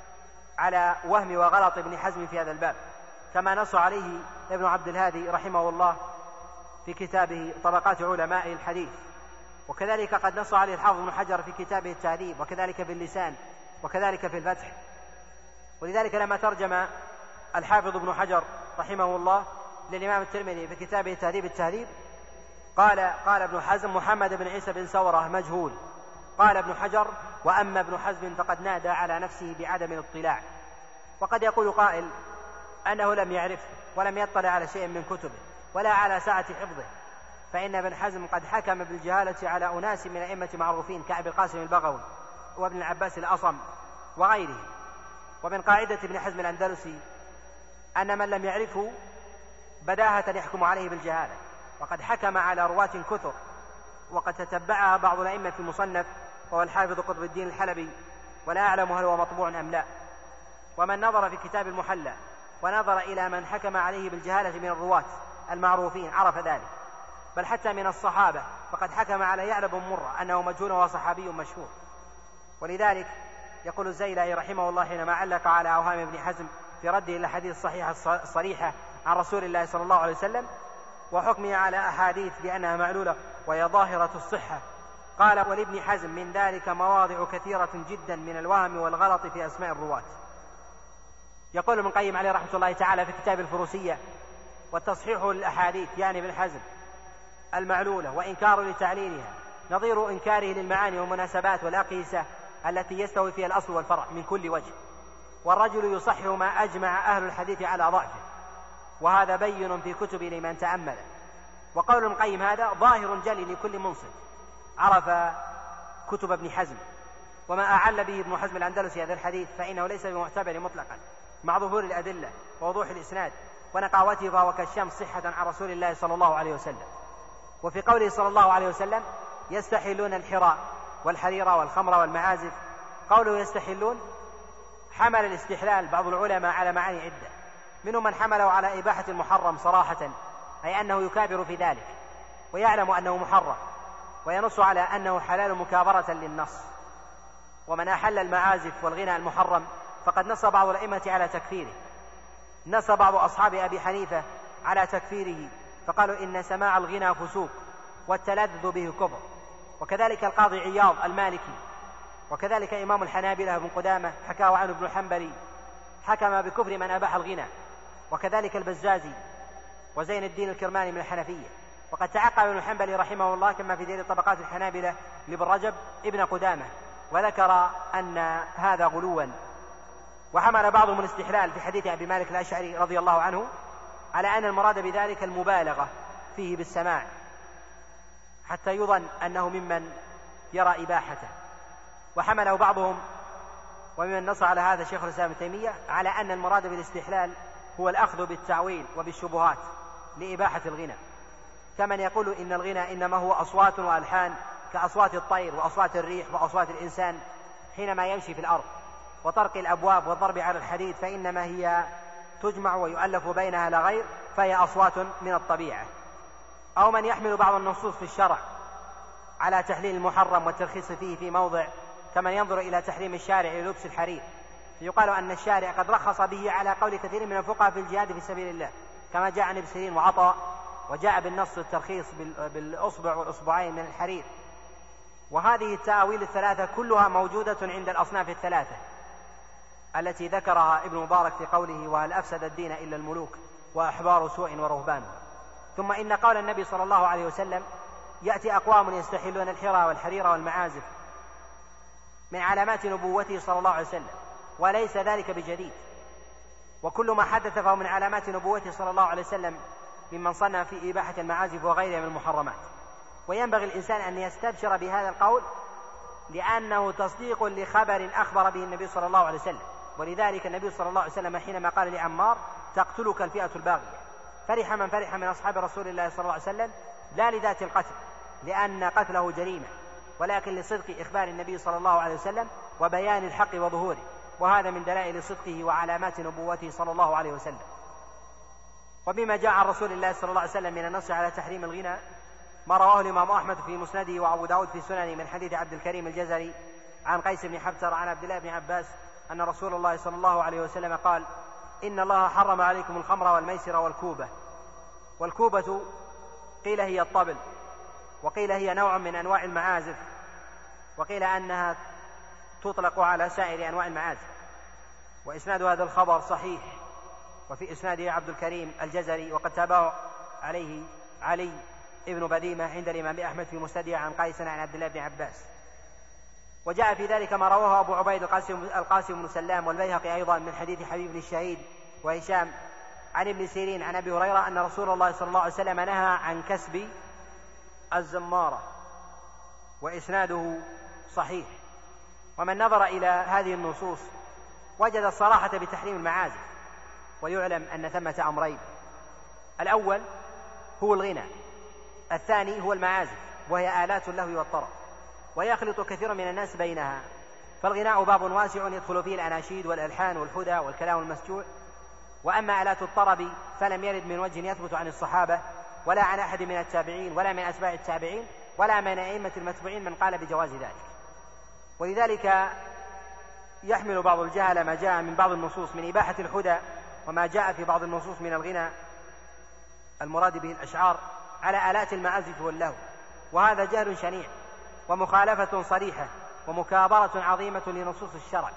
على وهم وغلط ابن حزم في هذا الباب، كما نص عليه ابن عبد الهادي رحمه الله في كتابه طبقات علماء الحديث، وكذلك قد نص عليه الحافظ بن حجر في كتابه التهذيب، وكذلك في اللسان، وكذلك في الفتح. ولذلك لما ترجم الحافظ ابن حجر رحمه الله للإمام الترمذي في كتابه تهذيب التهذيب قال قال ابن حزم محمد بن عيسى بن ثورة مجهول. قال ابن حجر وأما ابن حزم فقد نادى على نفسه بعدم الاطلاع. وقد يقول قائل أنه لم يعرفه ولم يطلع على شيء من كتبه ولا على سعة حفظه، فإن ابن حزم قد حكم بالجهالة على أناس من أئمة معروفين كأبي القاسم البغوي وابن العباس الأصم وغيره. ومن قاعدة ابن حزم الأندلسي أن من لم يعرفه بداهة يحكم عليه بالجهالة، وقد حكم على رواة كثر وقد تتبعها بعض الأئمة في المصنف وهو الحافظ قطب الدين الحلبي، ولا أعلم هل هو مطبوع أم لا. ومن نظر في كتاب المحلى ونظر إلى من حكم عليه بالجهالة من الرواة المعروفين عرف ذلك، بل حتى من الصحابة فقد حكم على يعلى بن مرة أنه مجهول وصحابي مشهور. ولذلك يقول الزيلعي رحمه الله حينما علق على أوهام ابن حزم في رده إلى حديث الصحيحة الصريحة عن رسول الله صلى الله عليه وسلم وحكمه على أحاديث بأنها معلولة وهي ظاهرة الصحة، قال ولابن حزم من ذلك مواضع كثيرة جدا من الوهم والغلط في أسماء الرواة. يقول ابن القيم عليه رحمة الله تعالى في كتاب الفروسية والتصحيح للأحاديث يعني ابن حزم المعلولة وإنكار لتعليلها نظير إنكاره للمعاني والمناسبات والأقيسة التي يستوي فيها الأصل والفرع من كل وجه، والرجل يصحح ما أجمع أهل الحديث على ضعفه، وهذا بين في كتب لمن تأمل. وقول ابن القيم هذا ظاهر جلي لكل منصف عرف كتب ابن حزم وما أعل به ابن حزم الأندلسي هذا الحديث، فإنه ليس بمعتبر مطلقا مع ظهور الأدلة ووضوح الإسناد ونقاوته، فهو كالشمس صحة عن رسول الله صلى الله عليه وسلم. وفي قوله صلى الله عليه وسلم يستحلون الحراء والحرير والخمر والمعازف، قوله يستحلون حمل الاستحلال بعض العلماء على معاني عدة، منهم من حمله على إباحة المحرم صراحة، أي أنه يكابر في ذلك ويعلم أنه محرم وينص على أنه حلال مكابرة للنص. ومن أحل المعازف والغنى المحرم فقد نص بعض الأئمة على تكفيره، نص بعض أصحاب أبي حنيفة على تكفيره فقالوا إن سماع الغنى فسوق والتلذذ به كفر، وكذلك القاضي عياض المالكي، وكذلك إمام الحنابلة بن قدامة حكاه عنه ابن الحنبلي حكم بكفر من أباح الغنى، وكذلك البزازي وزين الدين الكرماني من الحنفية، وقد تعقب ابن حنبل رحمه الله كما في ذيل طبقات الحنابلة لابن رجب ابن قدامة وذكر أن هذا غلوا. وحمل بعضهم الاستحلال في حديث أبي مالك الأشعري رضي الله عنه على أن المراد بذلك المبالغة فيه بالسماع حتى يظن أنه ممن يرى إباحته. وحمله بعضهم وممن نص على هذا شيخ الإسلام ابن تيمية على أن المراد بالاستحلال هو الأخذ بالتعويل وبالشبهات لإباحة الغنى، كمن يقول إن الغنى إنما هو أصوات وألحان كأصوات الطير وأصوات الريح وأصوات الإنسان حينما يمشي في الأرض، وطرق الأبواب والضرب على الحديد فإنما هي تجمع ويؤلف بينها لا غير، فهي أصوات من الطبيعة. أو من يحمل بعض النصوص في الشرع على تحليل المحرم والترخيص فيه في موضع، كمن ينظر إلى تحريم الشارع للبس الحرير، يقال أن الشارع قد رخص به على قول كثير من الفقهاء في الجهاد في سبيل الله، كما جاء عن ابن سيرين وعطاء، وجاء بالنص الترخيص بالأصبع والأصبعين من الحرير. وهذه التأويل الثلاثة كلها موجودة عند الأصناف الثلاثة التي ذكرها ابن مبارك في قوله وهل أفسد الدين إلا الملوك وأحبار سوء ورهبان. ثم إن قول النبي صلى الله عليه وسلم يأتي أقوام يستحلون الحرى والحرير والمعازف من علامات نبوته صلى الله عليه وسلم، وليس ذلك بجديد، وكل ما حدث فهو من علامات نبوته صلى الله عليه وسلم ممن صنع في إباحة المعازف وغيرها من المحرمات. وينبغي الإنسان أن يستبشر بهذا القول لأنه تصديق لخبر أخبر به النبي صلى الله عليه وسلم. ولذلك النبي صلى الله عليه وسلم حينما قال لعمار تقتلك الفئة الباغية فرح من فرح من أصحاب رسول الله صلى الله عليه وسلم، لا لذات القتل لأن قتله جريمة، ولكن لصدق إخبار النبي صلى الله عليه وسلم وبيان الحق وظهوره، وهذا من دلائل صدقه وعلامات نبوته صلى الله عليه وسلم. وبما جاء عن رسول الله صلى الله عليه وسلم من النص على تحريم الغنى ما رواه الإمام أحمد في مسنده وأبو داود في سننه من حديث عبد الكريم الجزري عن قيس بن حبتر عن عبد الله بن عباس أن رسول الله صلى الله عليه وسلم قال إن الله حرم عليكم الخمر والميسر والكوبة. والكوبة قيل هي الطبل، وقيل هي نوع من أنواع المعازف، وقيل أنها تطلق على سائر أنواع المعازف. وإسناد هذا الخبر صحيح، وفي إسناده عبد الكريم الجزري، وقد تابع عليه علي ابن بديمة عند الإمام أحمد في مسنده عن قيس عن عبد الله بن عباس. وجاء في ذلك ما رواه أبو عبيد القاسم, القاسم بن سلام والبيهقي أيضا من حديث حبيب بن الشهيد وهشام عن ابن سيرين عن أبي هريرة أن رسول الله صلى الله عليه وسلم نهى عن كسب الزمارة، وإسناده صحيح. ومن نظر إلى هذه النصوص وجد الصراحة بتحريم المعازف. ويعلم أن ثمة أمرين: الأول هو الغنى، الثاني هو المعازف وهي آلات اللهو والطرب، ويخلط كثير من الناس بينها. فالغناء باب واسع يدخل فيه الأناشيد والألحان والهدى والكلام المسجوع. وأما آلات الطرب فلم يرد من وجه يثبت عن الصحابة ولا عن أحد من التابعين ولا من أتباع التابعين ولا من أئمة المتبوعين من قال بجواز ذلك. ولذلك يحمل بعض الجهل ما جاء من بعض النصوص من إباحة الهدى وما جاء في بعض النصوص من الغنى المراد به الأشعار على آلات المعازف واللهو، وهذا جهل شنيع ومخالفة صريحة ومكابرة عظيمة لنصوص الشرع،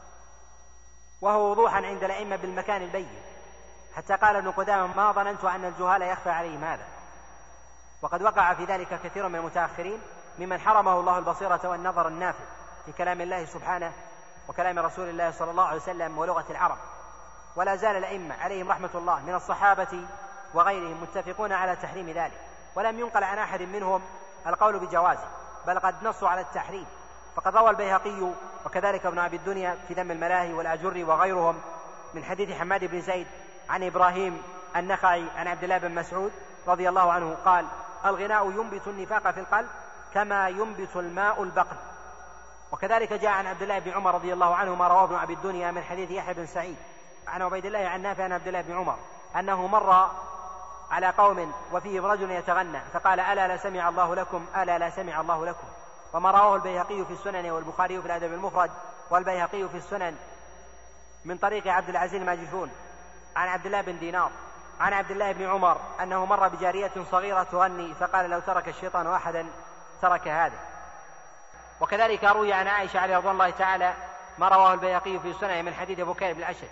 وهو وضوحا عند الأئمة بالمكان البين، حتى قال ابن قدامة ما ظننت أن الجهال يخفى عليهم هذا. وقد وقع في ذلك كثير من المتأخرين ممن حرمه الله البصيرة والنظر النافع في كلام الله سبحانه وكلام رسول الله صلى الله عليه وسلم ولغة العرب. ولا زال الأئمة عليهم رحمة الله من الصحابة وغيرهم متفقون على تحريم ذلك، ولم ينقل عن أحد منهم القول بجوازه، بل قد نصوا على التحريم. فقد روى البيهقي وكذلك ابن أبي الدنيا في ذم الملاهي والأجر وغيرهم من حديث حماد بن زيد عن إبراهيم النخعي عن عبد الله بن مسعود رضي الله عنه قال: الغناء ينبت النفاق في القلب كما ينبت الماء البقل. وكذلك جاء عن عبد الله بن عمر رضي الله عنه ما رواه ابن أبي الدنيا من حديث يحيى بن سعيد عن عبيد الله عن نافع عن عبد الله بن عمر أنه مر على قوم وفيهم رجل يتغنى فقال: ألا لا سمع الله لكم، ألا لا سمع الله لكم. وما رواه البيهقي في السنن والبخاري في الأدب المفرد والبيهقي في السنن من طريق عبد العزيز الماجشون عن عبد الله بن دينار عن عبد الله بن عمر أنه مر بجارية صغيرة تغني فقال: لو ترك الشيطان أحدا ترك هذا. وكذلك روي عن عائشة عليه رضي الله تعالى ما رواه البيهقي في السنن من حديث بكير بن الأشد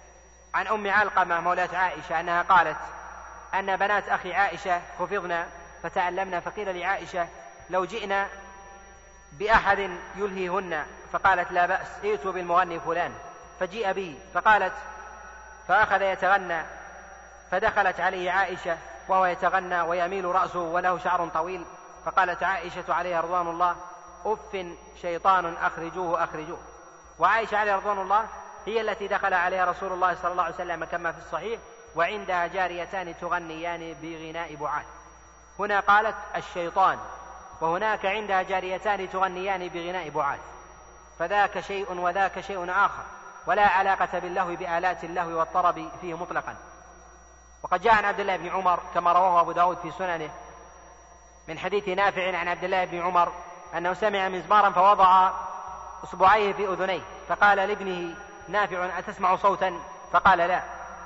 عن أم علقمة مولاة عائشة أنها قالت أن بنات أخي عائشة خفضن فتعلمنا. فقيل لعائشة لو جئنا بأحد يلهيهن، فقالت لا بأس، ائتوا بالمغني فلان. فجيء به فقالت فأخذ يتغنى، فدخلت عليه عائشة وهو يتغنى ويميل رأسه وله شعر طويل، فقالت عائشة عليها رضوان الله أف شيطان أخرجوه أخرجوه. وعائشة عليها رضوان الله هي التي دخل عليها رسول الله صلى الله عليه وسلم كما في الصحيح وعندها جاريتان تغنيان بغناء بعاث. هنا قالت الشيطان، وهناك عندها جاريتان تغنيان بغناء بعاث، فذاك شيء وذاك شيء آخر، ولا علاقة باللهو بآلات اللهو والطرب فيه مطلقا. وقد جاء عن عبد الله بن عمر كما رواه أبو داود في سننه من حديث نافع عن عبد الله بن عمر أنه سمع مزمارا فوضع أصبعيه في أذنيه، فقال لابنه نافع أتسمع صوتا؟ فقال لا،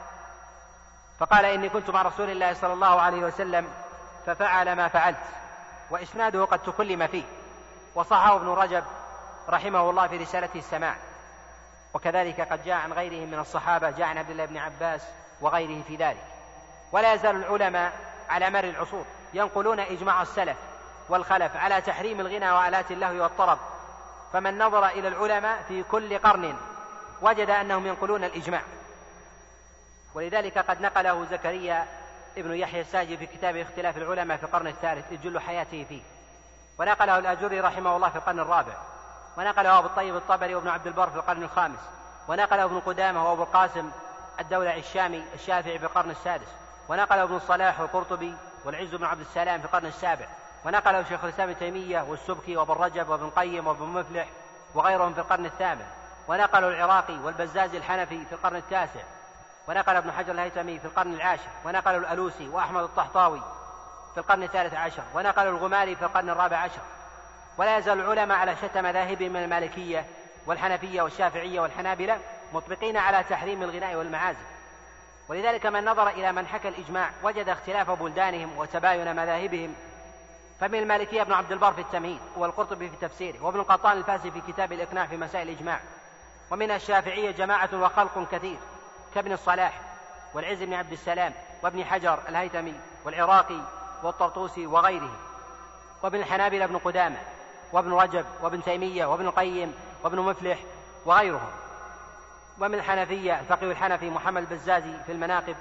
فقال إني كنت مع رسول الله صلى الله عليه وسلم ففعل ما فعلت. وإسناده قد تكلم فيه، وصححه ابن رجب رحمه الله في رسالته السماع. وكذلك قد جاء عن غيرهم من الصحابة، جاء عن عبد الله بن عباس وغيره في ذلك. ولا يزال العلماء على مر العصور ينقلون إجماع السلف والخلف على تحريم الغنى وآلات اللهو والطرب، فمن نظر إلى العلماء في كل قرن وجد أنهم ينقلون الإجماع. ولذلك قد نقله زكريا ابن يحيى الساجي في كتابه اختلاف العلماء في القرن الثالث جل حياته فيه، ونقله الأجري رحمه الله في القرن الرابع، ونقله أبو الطيب الطبري وابن عبد البر في القرن الخامس، ونقله ابن قدامة وأبو القاسم الدولع الشامي الشافعي في القرن السادس، ونقله ابن الصلاح والقرطبي والعز بن عبد السلام في القرن السابع، ونقله شيخ الإسلام ابن تيمية والسبكي وابن رجب وابن القيم وابن مفلح وغيرهم في القرن الثامن، ونقله العراقي والبزازي الحنفي في القرن التاسع، ونقل ابن حجر الهيثمي في القرن العاشر، ونقل الألوسي وأحمد الطحطاوي في القرن الثالث عشر، ونقل الغماري في القرن الرابع عشر. ولا يزال العلماء على شتى مذاهبهم من المالكية والحنفية والشافعية والحنابلة مطبقين على تحريم الغناء والمعازف. ولذلك من نظر إلى من حكى الإجماع وجد اختلاف بلدانهم وتباين مذاهبهم. فمن المالكية ابن عبد البر في التمهيد والقرطبي في تفسيره وابن القطان الفاسي في كتاب الإقناع في مسائل الإجماع. ومن الشافعية جماعة وخلق كثير كابن الصلاح والعز بن عبد السلام وابن حجر الهيثمي والعراقي والطرطوسي وغيرهم. وابن الحنابلة ابن قدامة وابن رجب وابن تيمية وابن القيم وابن مفلح وغيرهم. ومن الحنفية الفقيه الحنفي محمد البزازي في المناقب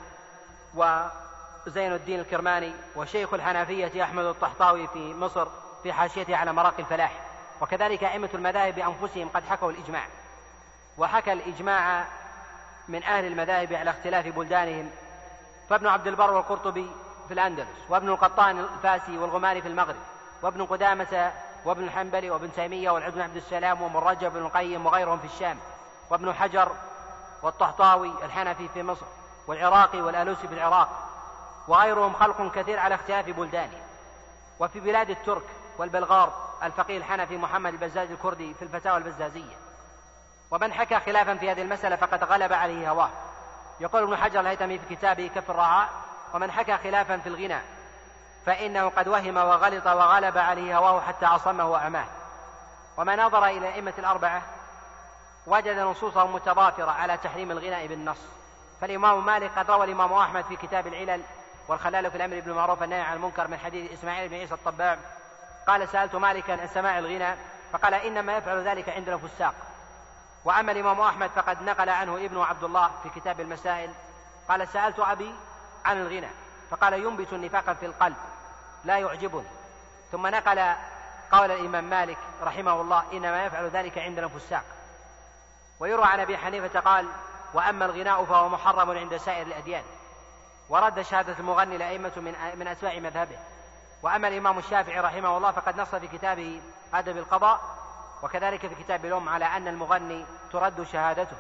وزين الدين الكرماني، وشيخ الحنفية أحمد الطحطاوي في مصر في حاشيته على مراقي الفلاح. وكذلك أئمة المذاهب بأنفسهم قد حكوا الإجماع، وحكى الإجماع من أهل المذاهب على اختلاف بلدانهم، فابن عبد البر والقرطبي في الأندلس، وابن القطان الفاسي والغماري في المغرب، وابن قدامة وابن الحنبلي وابن تيمية والعز بن عبد السلام وابن رجب وابن القيم وغيرهم في الشام، وابن حجر والطحطاوي الحنفي في مصر، والعراقي والألوسي في العراق، وغيرهم خلق كثير على اختلاف بلدانهم. وفي بلاد الترك والبلغار الفقيه الحنفي محمد البزاز الكردي في الفتاوى البزازية. ومن حكى خلافا في هذه المسألة فقد غلب عليه هواه. يقول ابن حجر الهيثمي في كتابه كف الرعاء: ومن حكى خلافا في الغنى فإنه قد وهم وغلط وغلب عليه هواه حتى عصمه وأماه. وما نظر إلى الأئمة الأربعة وجد نصوصهم متضافرة على تحريم الغناء بالنص. فالإمام مالك قد روى الإمام أحمد في كتاب العلل والخلال في الأمر بالمعروف والنهي عن المنكر من حديث إسماعيل بن عيسى الطباع قال: سألت مالكا عن سماع الغنى فقال: إنما يفعل ذلك عند الفساق. وأما الإمام أحمد فقد نقل عنه ابن عبد الله في كتاب المسائل قال: سألت أبي عن الغنى فقال: ينبت النفاق في القلب لا يعجبني. ثم نقل قول الإمام مالك رحمه الله: إنما يفعل ذلك عند الفساق. ويروى عن أبي حنيفة قال: وأما الغناء فهو محرم عند سائر الأديان. ورد شهادة المغني لأئمة من من أتباع مذهبه. وأما الإمام الشافعي رحمه الله فقد نص في كتابه أدب القضاء وكذلك في كتاب الأم على أن المغني ترد شهادته.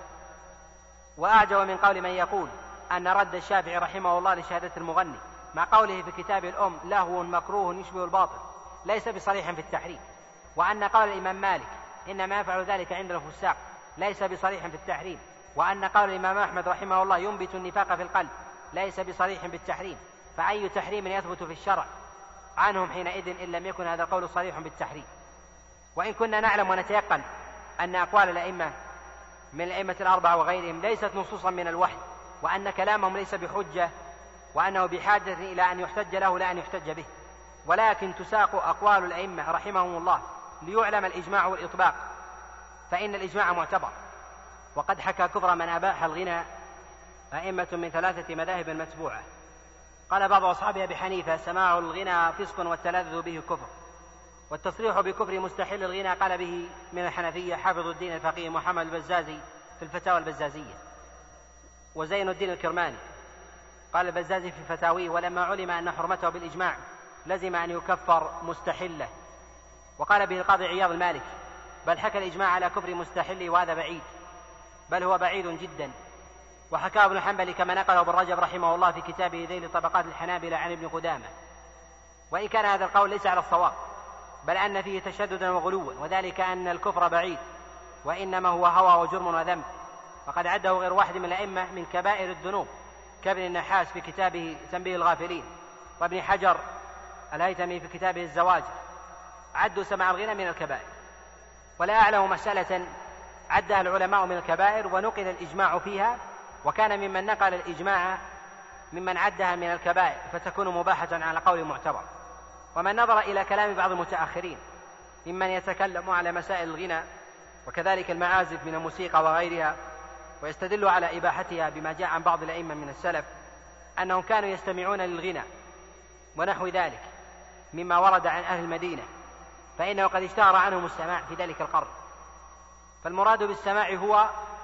وأعجب من قول من يقول أن رد الشافعي رحمه الله لشهادة المغني مع قوله في كتاب الأم: لهو مكروه يشبه الباطل، ليس بصريح في التحريم. وأن قول الإمام مالك إنما يفعل ذلك عند الفساق ليس بصريح في التحريم. وأن قول الإمام أحمد رحمه الله ينبت النفاق في القلب ليس بصريح بالتحريم. فأي تحريم يثبت في الشرع عنهم حينئذ إن لم يكن هذا القول صريح بالتحريم؟ وإن كنا نعلم ونتيقن أن أقوال الأئمة من الأئمة الأربعة وغيرهم ليست نصوصا من الوحي، وأن كلامهم ليس بحجة، وأنه بحاجة إلى أن يحتج له لا أن يحتج به، ولكن تساق أقوال الأئمة رحمهم الله ليعلم الإجماع والإطباق، فإن الإجماع معتبر. وقد حكى كفر من أباح الغنى أئمة من ثلاثة مذاهب متبوعة. قال بعض أصحاب أبي حنيفة: سماع الغنى فسق والتلذذ به كفر، والتصريح بكفر مستحيل الغنى قال به من الحنفية حافظ الدين الفقيه محمد البزازي في الفتاوى البزازية، وزين الدين الكرماني. قال البزازي في فتاويه: ولما علم أن حرمته بالإجماع لزم أن يكفر مستحله. وقال به القاضي عياض المالكي: بل حكى الإجماع على كفر مستحله وهذا بعيد، بل هو بعيد جدا. وحكى ابن حنبل كما نقله ابن رجب رحمه الله في كتابه ذيل طبقات الحنابلة عن ابن قدامة. وإن كان هذا القول ليس على الصواب، بل أن فيه تشددا وغلوا، وذلك أن الكفر بعيد وإنما هو هوى وجرم وذنب، وقد عده غير واحد من الأئمة من كبائر الذنوب كابن النحاس في كتابه تنبيه الغافلين، وابن حجر الهيثمي في كتابه الزواجر، عدوا سماع الغنى من الكبائر. ولا أعلم مسألة عدها العلماء من الكبائر ونقل الإجماع فيها، وكان ممن نقل الإجماع ممن عدها من الكبائر، فتكون مباحة على قول معتبر. ومن نظر إلى كلام بعض المتأخرين ممن يتكلم على مسائل الغنى وكذلك المعازف من الموسيقى وغيرها، ويستدل على إباحتها بما جاء عن بعض الأئمة من السلف أنهم كانوا يستمعون للغنى ونحو ذلك مما ورد عن أهل المدينة، فإنه قد اشتهر عنهم السماع في ذلك القرن. فالمراد بالسماع هو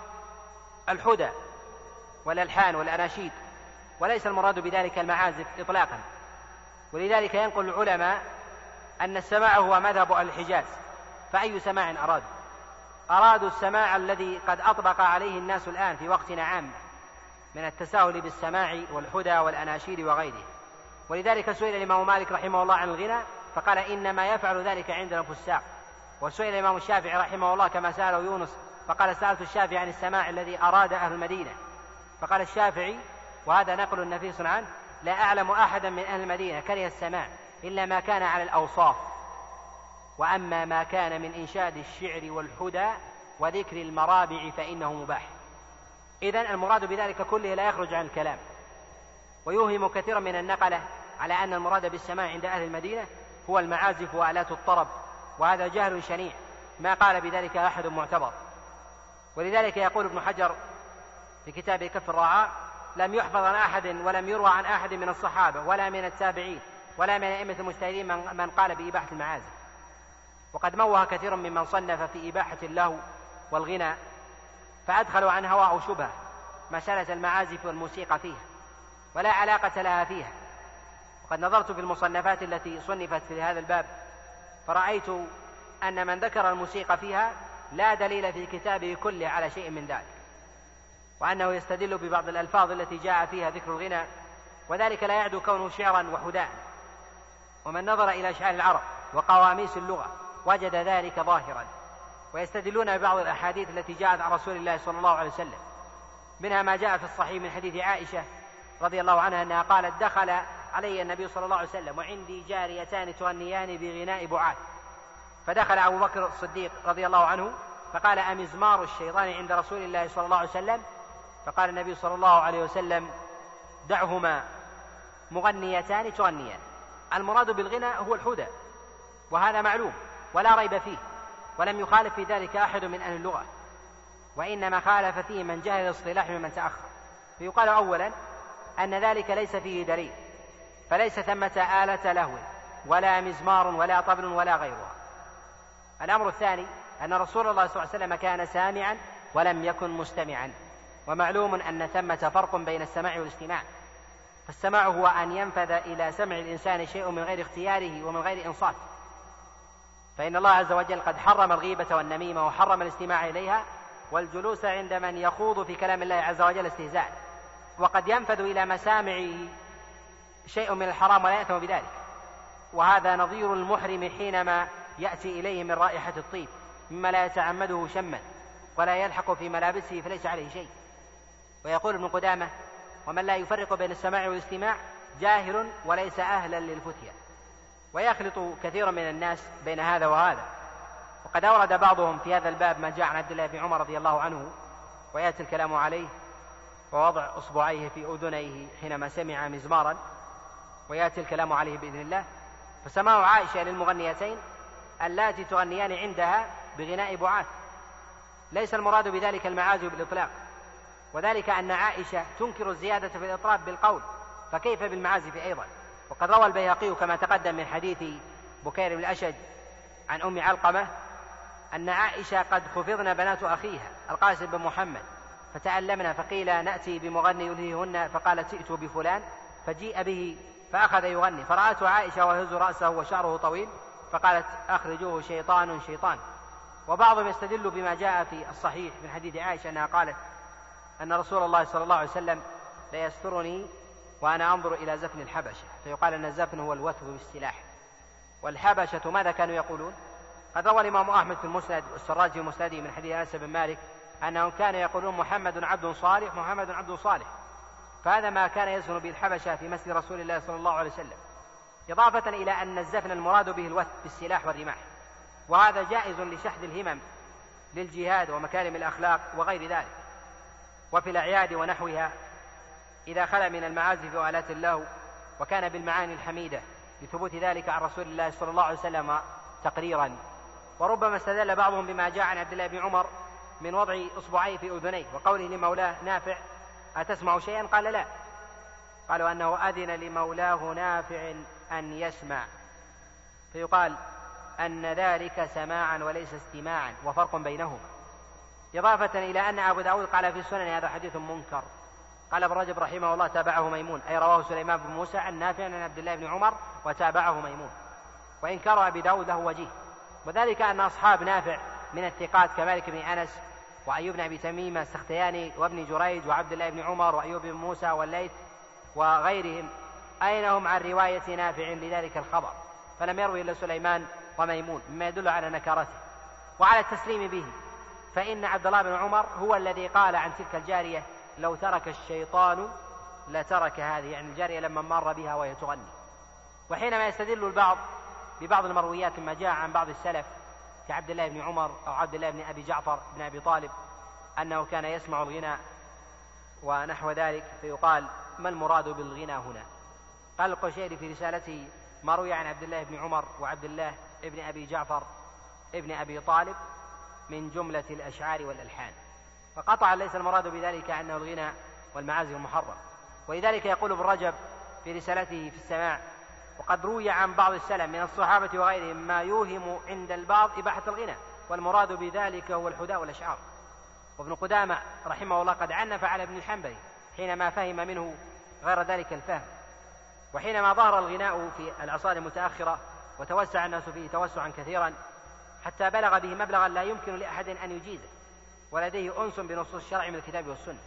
الحدى والألحان والأناشيد، وليس المراد بذلك المعازف إطلاقا. ولذلك ينقل العلماء أن السماع هو مذهب أهل الحجاز. فأي سماع أرادوا؟ أرادوا السماع الذي قد أطبق عليه الناس الآن في وقتنا عام من التساهل بالسماع والحدى والأناشيد وغيره. ولذلك سئل الإمام مالك رحمه الله عن الغنى فقال: إنما يفعل ذلك عندنا الفساق. وسئل الإمام الشافعي رحمه الله كما سأله يونس فقال: سألت الشافعي عن السماع الذي أراد أهل المدينة، فقال الشافعي وهذا نقل نفيس عنه: لا أعلم أحدا من أهل المدينة كره السماع إلا ما كان على الأوصاف، وأما ما كان من إنشاد الشعر والحدى وذكر المرابع فإنه مباح. إذن المراد بذلك كله لا يخرج عن الكلام. ويوهم كثيرا من النقلة على أن المراد بالسماع عند أهل المدينة هو المعازف وآلات الطرب، وهذا جهل شنيع ما قال بذلك أحد معتبر. ولذلك يقول ابن حجر في كتابه كف الرعاع: لم يحفظ عن أحد ولم يروى عن أحد من الصحابة ولا من التابعين ولا من أئمة المجتهدين من قال بإباحة المعازف. وقد موه كثير ممن صنف في إباحة اللهو والغنى، فأدخلوا عن هواء أو شبهة مسألة المعازف والموسيقى فيها ولا علاقة لها فيها. وقد نظرت في المصنفات التي صنفت في هذا الباب فرأيت أن من ذكر الموسيقى فيها لا دليل في كتابه كله على شيء من ذلك، وأنه يستدل ببعض الألفاظ التي جاء فيها ذكر الغنى، وذلك لا يعدو كونه شعرا وحداء. ومن نظر إلى أشعار العرب وقواميس اللغة وجد ذلك ظاهرا. ويستدلون ببعض الأحاديث التي جاءت عن رسول الله صلى الله عليه وسلم، منها ما جاء في الصحيح من حديث عائشة رضي الله عنها أنها قالت: دخل علي النبي صلى الله عليه وسلم وعندي جاريتان تغنيان بغناء بعاث، فدخل أبو بكر الصديق رضي الله عنه فقال: أمزمار الشيطان عند رسول الله صلى الله عليه وسلم؟ فقال النبي صلى الله عليه وسلم: دعهما مغنيتان تغنيان. المراد بالغنى هو الحدى، وهذا معلوم ولا ريب فيه، ولم يخالف في ذلك أحد من أهل اللغة، وإنما خالف فيه من جهل الاصطلاح ممن تأخر. فيقال أولا أن ذلك ليس فيه دليل، فليس ثمة آلة لهو ولا مزمار ولا طبل ولا غيرها. الأمر الثاني أن رسول الله صلى الله عليه وسلم كان سامعا ولم يكن مستمعا، ومعلوم أن ثمة فرق بين السماع والاستماع. فالسماع هو أن ينفذ إلى سمع الإنسان شيء من غير اختياره ومن غير إنصات، فإن الله عز وجل قد حرم الغيبة والنميمة وحرم الاستماع إليها والجلوس عند من يخوض في كلام الله عز وجل استهزاء. وقد ينفذ إلى مسامعه شيء من الحرام ولا يأثم بذلك، وهذا نظير المحرم حينما يأتي إليه من رائحة الطيب مما لا يتعمده شما ولا يلحق في ملابسه فليس عليه شيء. ويقول ابن قدامة: ومن لا يفرق بين السماع والاستماع جاهل وليس أهلا للفتية. ويخلط كثير من الناس بين هذا وهذا. وقد أورد بعضهم في هذا الباب ما جاء عن عبد الله بن عمر رضي الله عنه، ويأتي الكلام عليه، ووضع أصبعيه في أذنيه حينما سمع مزمارا، ويأتي الكلام عليه بإذن الله. فسماه عائشة للمغنيتين اللاتي تغنيان عندها بغناء بعاث، ليس المراد بذلك المعازف بالإطلاق، وذلك أن عائشة تنكر الزيادة في الإطراب بالقول، فكيف بالمعازف أيضا؟ وقد روى البيهقي كما تقدم من حديث بكير بن الأشج عن أم علقمة أن عائشة قد خفضن بنات أخيها القاسم بن محمد فتألمنا، فقيل نأتي بمغني يلهيهن، فقالت ائتوا بفلان، فجيء به فأخذ يغني، فرأته عائشة ويهز رأسه وشعره طويل، فقالت أخرجوه شيطان شيطان. وبعضهم يستدل بما جاء في الصحيح من حديث عائشة أنها قالت أن رسول الله صلى الله عليه وسلم لا يسترني وأنا أنظر إلى زفن الحبشة، فيقال أن الزفن هو الوثب بالسلاح. والحبشة ماذا كانوا يقولون؟ قد روى الإمام أحمد في المسند والسراج في مسنده من حديث أنس بن مالك أنهم كانوا يقولون محمد عبد صالح محمد عبد صالح، فهذا ما كان يزفن به الحبشة في مسجد رسول الله صلى الله عليه وسلم، إضافة إلى أن الزفن المراد به الوثب بالسلاح والرماح، وهذا جائز لشحذ الهمم للجهاد ومكارم الأخلاق وغير ذلك. وفي الأعياد ونحوها إذا خلا من المعازف وآلات اللهو وكان بالمعاني الحميدة لثبوت ذلك عن رسول الله صلى الله عليه وسلم تقريرا. وربما استدل بعضهم بما جاء عن عبد الله بن عمر من وضع إصبعيه في أذنيه وقوله لمولاه نافع أتسمع شيئا؟ قال لا، قالوا أنه أذن لمولاه نافع أن يسمع، فيقال أن ذلك سماعا وليس استماعا وفرق بينهما، إضافة إلى أن أبو داود قال في السنن هذا حديث منكر. قال ابن رجب رحمه الله تابعه ميمون، أي رواه سليمان بن موسى عن نافع عن عبد الله بن عمر وتابعه ميمون، وإنكار أبي داود له وجيه، وذلك أن أصحاب نافع من الثقات كمالك بن أنس وأيوب بن أبي تميم السختياني وابن جريج وعبد الله بن عمر وأيوب بن موسى والليث وغيرهم أين هم عن رواية نافع لذلك الخبر؟ فلم يروي إلا سليمان وميمون، مما يدل على نكارته وعلى التسليم به، فإن عبد الله بن عمر هو الذي قال عن تلك الجارية لو ترك الشيطان لترك هذه، يعني الجارية لما مر بها وهي تغني. وحينما يستدل البعض ببعض المرويات مما جاء عن بعض السلف كعبد الله بن عمر أو عبد الله بن أبي جعفر بن أبي طالب أنه كان يسمع الغناء ونحو ذلك، فيقال ما المراد بالغنى هنا؟ قال القشيري في رسالته ما روي عن عبد الله بن عمر وعبد الله بن أبي جعفر ابن أبي طالب من جملة الأشعار والألحان، فقطعا ليس المراد بذلك أنه الغنى والمعازف المحرم. ولذلك يقول ابن رجب في رسالته في السماع وقد روي عن بعض السلف من الصحابة وغيرهم ما يوهم عند البعض إباحة الغنى، والمراد بذلك هو الحداء والأشعار. وابن قدامة رحمه الله قد عنف على ابن الحنبلي حينما فهم منه غير ذلك الفهم، وحينما ظهر الغناء في العصور المتأخرة وتوسع الناس فيه توسعا كثيرا حتى بلغ به مبلغا لا يمكن لأحد أن يجيزه، ولديه أنس بنصوص الشرع من الكتاب والسنة.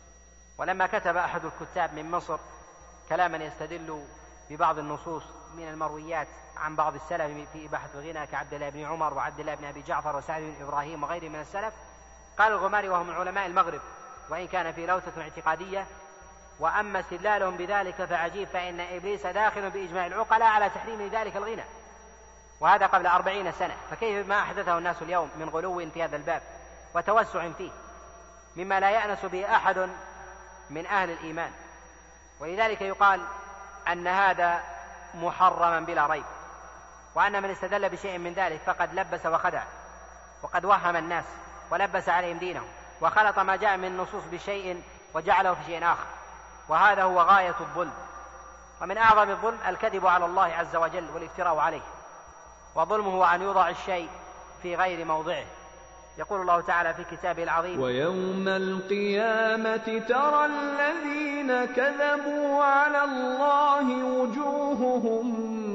ولما كتب أحد الكتاب من مصر كلاما يستدل ببعض النصوص من المرويات عن بعض السلف في إباحة الغنى كعبد الله بن عمر وعبد الله بن أبي جعفر وسعد بن إبراهيم وغيره من السلف، قال الغماري وهم من علماء المغرب وإن كان في لوثة اعتقادية، وأما استدلالهم بذلك فعجيب، فإن إبليس داخل بإجماع العقلاء على تحريم ذلك الغنى، وهذا قبل أربعين سنة، فكيف ما أحدثه الناس اليوم من غلو في هذا الباب وتوسع فيه مما لا يأنس به أحد من أهل الإيمان. ولذلك يقال أن هذا محرما بلا ريب، وأن من استدل بشيء من ذلك فقد لبس وخدع وقد وهم الناس ولبس عليهم دينهم وخلط ما جاء من النصوص بشيء وجعله في شيء آخر، وهذا هو غاية الظلم. ومن أعظم الظلم الكذب على الله عز وجل والافتراء عليه، وظلمه هو أن يوضع الشيء في غير موضعه. يقول الله تعالى في كتابه العظيم ويوم القيامة ترى الذين كذبوا على الله وجوههم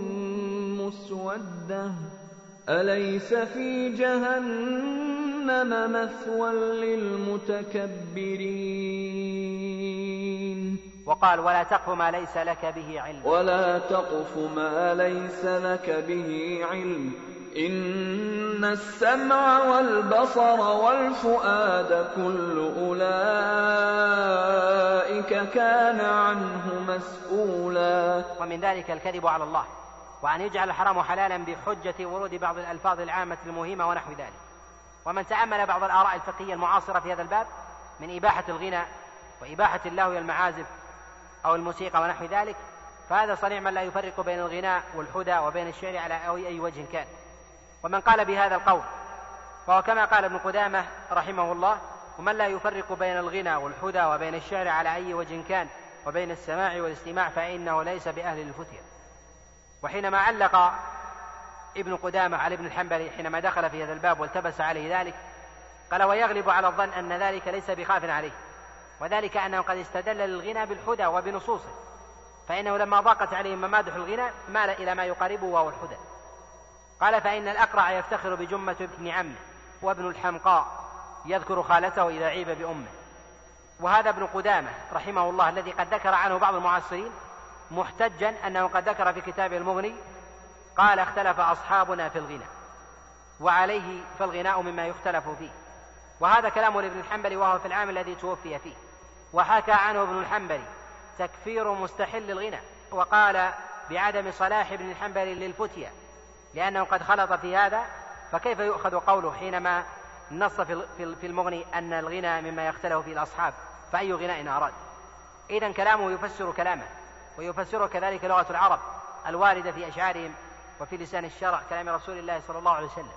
مسودة أليس في جهنم مثوى للمتكبرين. وقال ولا تقف ما ليس لك به علم ولا تقف ما ليس لك به علم إن السمع والبصر والفؤاد كل أولئك كان عنه مسؤولا. ومن ذلك الكذب على الله، وأن يجعل الحرام حلالا بحجة ورود بعض الألفاظ العامة المهمة ونحو ذلك. ومن تأمل بعض الآراء الفقهية المعاصرة في هذا الباب من إباحة الغنى وإباحة اللهو والمعازف أو الموسيقى ونحو ذلك، فهذا صنيع من لا يفرق بين الغناء والحدى وبين الشعر على أي وجه كان. ومن قال بهذا القول فهو كما قال ابن قدامة رحمه الله: ومن لا يفرق بين الغنى والحدى وبين الشعر على أي وجه كان وبين السماع والاستماع فإنه ليس بأهل الفتية. وحينما علق ابن قدامة على ابن الحنبلي حينما دخل في هذا الباب والتبس عليه ذلك، قال: ويغلب على الظن أن ذلك ليس بخاف عليه، وذلك أنه قد استدل للغنى بالحدى وبنصوصه، فإنه لما ضاقت عليه ممادح الغنى مال إلى ما يقاربه وهو الحدى. قال: فإن الأقرع يفتخر بجمة ابن عمه، وابن الحمقاء يذكر خالته إذا عيب بأمه. وهذا ابن قدامة رحمه الله الذي قد ذكر عنه بعض المعاصرين محتجا أنه قد ذكر في كتابه المغني قال: اختلف أصحابنا في الغنى، وعليه فالغناء مما يختلف فيه. وهذا كلام لابن الحنبلي وهو في العام الذي توفي فيه. وحكى عنه ابن الحنبلي تكفير مستحل الغنى، وقال بعدم صلاح ابن الحنبلي للفتية لأنه قد خلط في هذا، فكيف يؤخذ قوله حينما نص في المغني أن الغنى مما يختلف فيه الأصحاب، فأي غناء أراد؟ إذن كلامه يفسر كلامه، ويفسر كذلك لغة العرب الواردة في أشعارهم وفي لسان الشرع كلام رسول الله صلى الله عليه وسلم.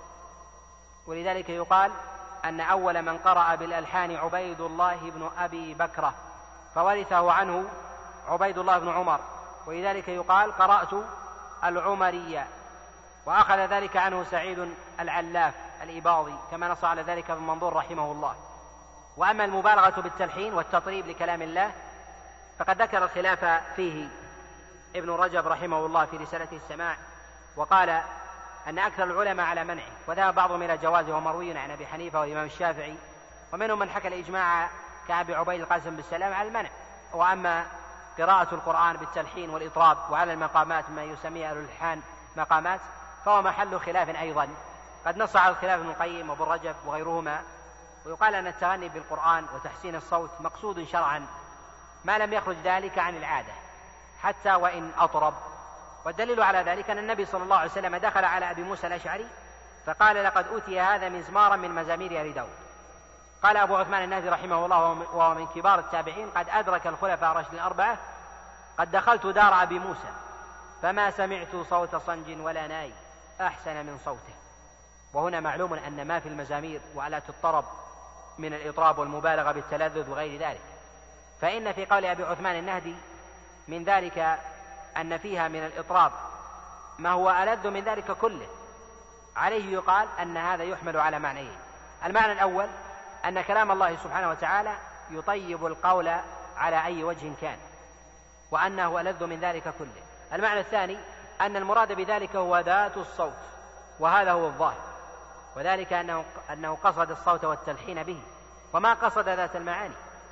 ولذلك يقال أن أول من قرأ بالألحان عبيد الله بن أبي بكرة، فورثه عنه عبيد الله بن عمر، ولذلك يقال قرأت العمرية. وأخذ ذلك عنه سعيد العلاف الإباضي كما نص على ذلك ابن منظور رحمه الله. وأما المبالغة بالتلحين والتطريب لكلام الله فقد ذكر الخلاف فيه ابن رجب رحمه الله في رسالته السماع، وقال أن أكثر العلماء على منعه، وذهب بعضهم إلى جوازه، ومروي عن أبي حنيفة والإمام الشافعي، ومنهم من حكى الإجماع كأبي عبيد القاسم بالسلام على المنع. وأما قراءة القرآن بالتلحين والإطراب وعلى المقامات ما يسميه أهل الألحان مقامات فهو محل خلاف أيضا، قد نص على الخلاف ابن القيم وابن رجب وغيرهما. ويقال أن التغني بالقرآن وتحسين الصوت مقصود شرعا ما لم يخرج ذلك عن العادة حتى وإن أطرب. والدليل على ذلك أن النبي صلى الله عليه وسلم دخل على أبي موسى الأشعري فقال: لقد أوتي هذا مزمارا من مزامير آل داود. قال أبو عثمان النهدي رحمه الله وهو من كبار التابعين قد أدرك الخلفاء الراشدين الأربعة: قد دخلت دار أبي موسى فما سمعت صوت صنج ولا ناي أحسن من صوته. وهنا معلوم أن ما في المزامير وآلات الطرب من الإطراب والمبالغة بالتلذذ وغير ذلك، فإن في قول أبي عثمان النهدي من ذلك أن فيها من الإطراب ما هو ألذ من ذلك كله. عليه يقال أن هذا يحمل على معنيين: المعنى الأول أن كلام الله سبحانه وتعالى يطيب القول على أي وجه كان، وأنه ألذ من ذلك كله. المعنى الثاني أن المراد بذلك هو ذات الصوت، وهذا هو الظاهر، وذلك أنه, أنه قصد الصوت والتلحين به وما قصد ذات المعاني،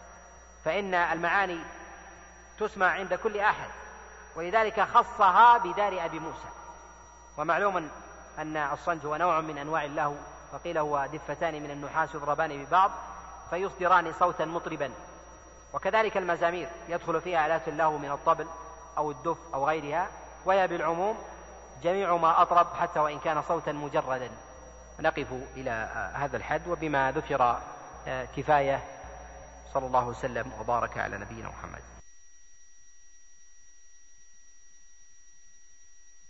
فإن المعاني تسمع عند كل أحد، ولذلك خصها بدار أبي موسى. ومعلوم أن الصنج هو نوع من أنواع اللهو، وقيل هو دفتان من النحاس يضربان ببعض فيصدران صوتا مطربا. وكذلك المزامير يدخل فيها آلات اللهو من الطبل أو الدف أو غيرها، وهي بالعموم جميع ما أطرب حتى وإن كان صوتا مجردا. نقف إلى هذا الحد، وبما ذكر كفاية. صلى الله وسلم وبارك على نبينا محمد.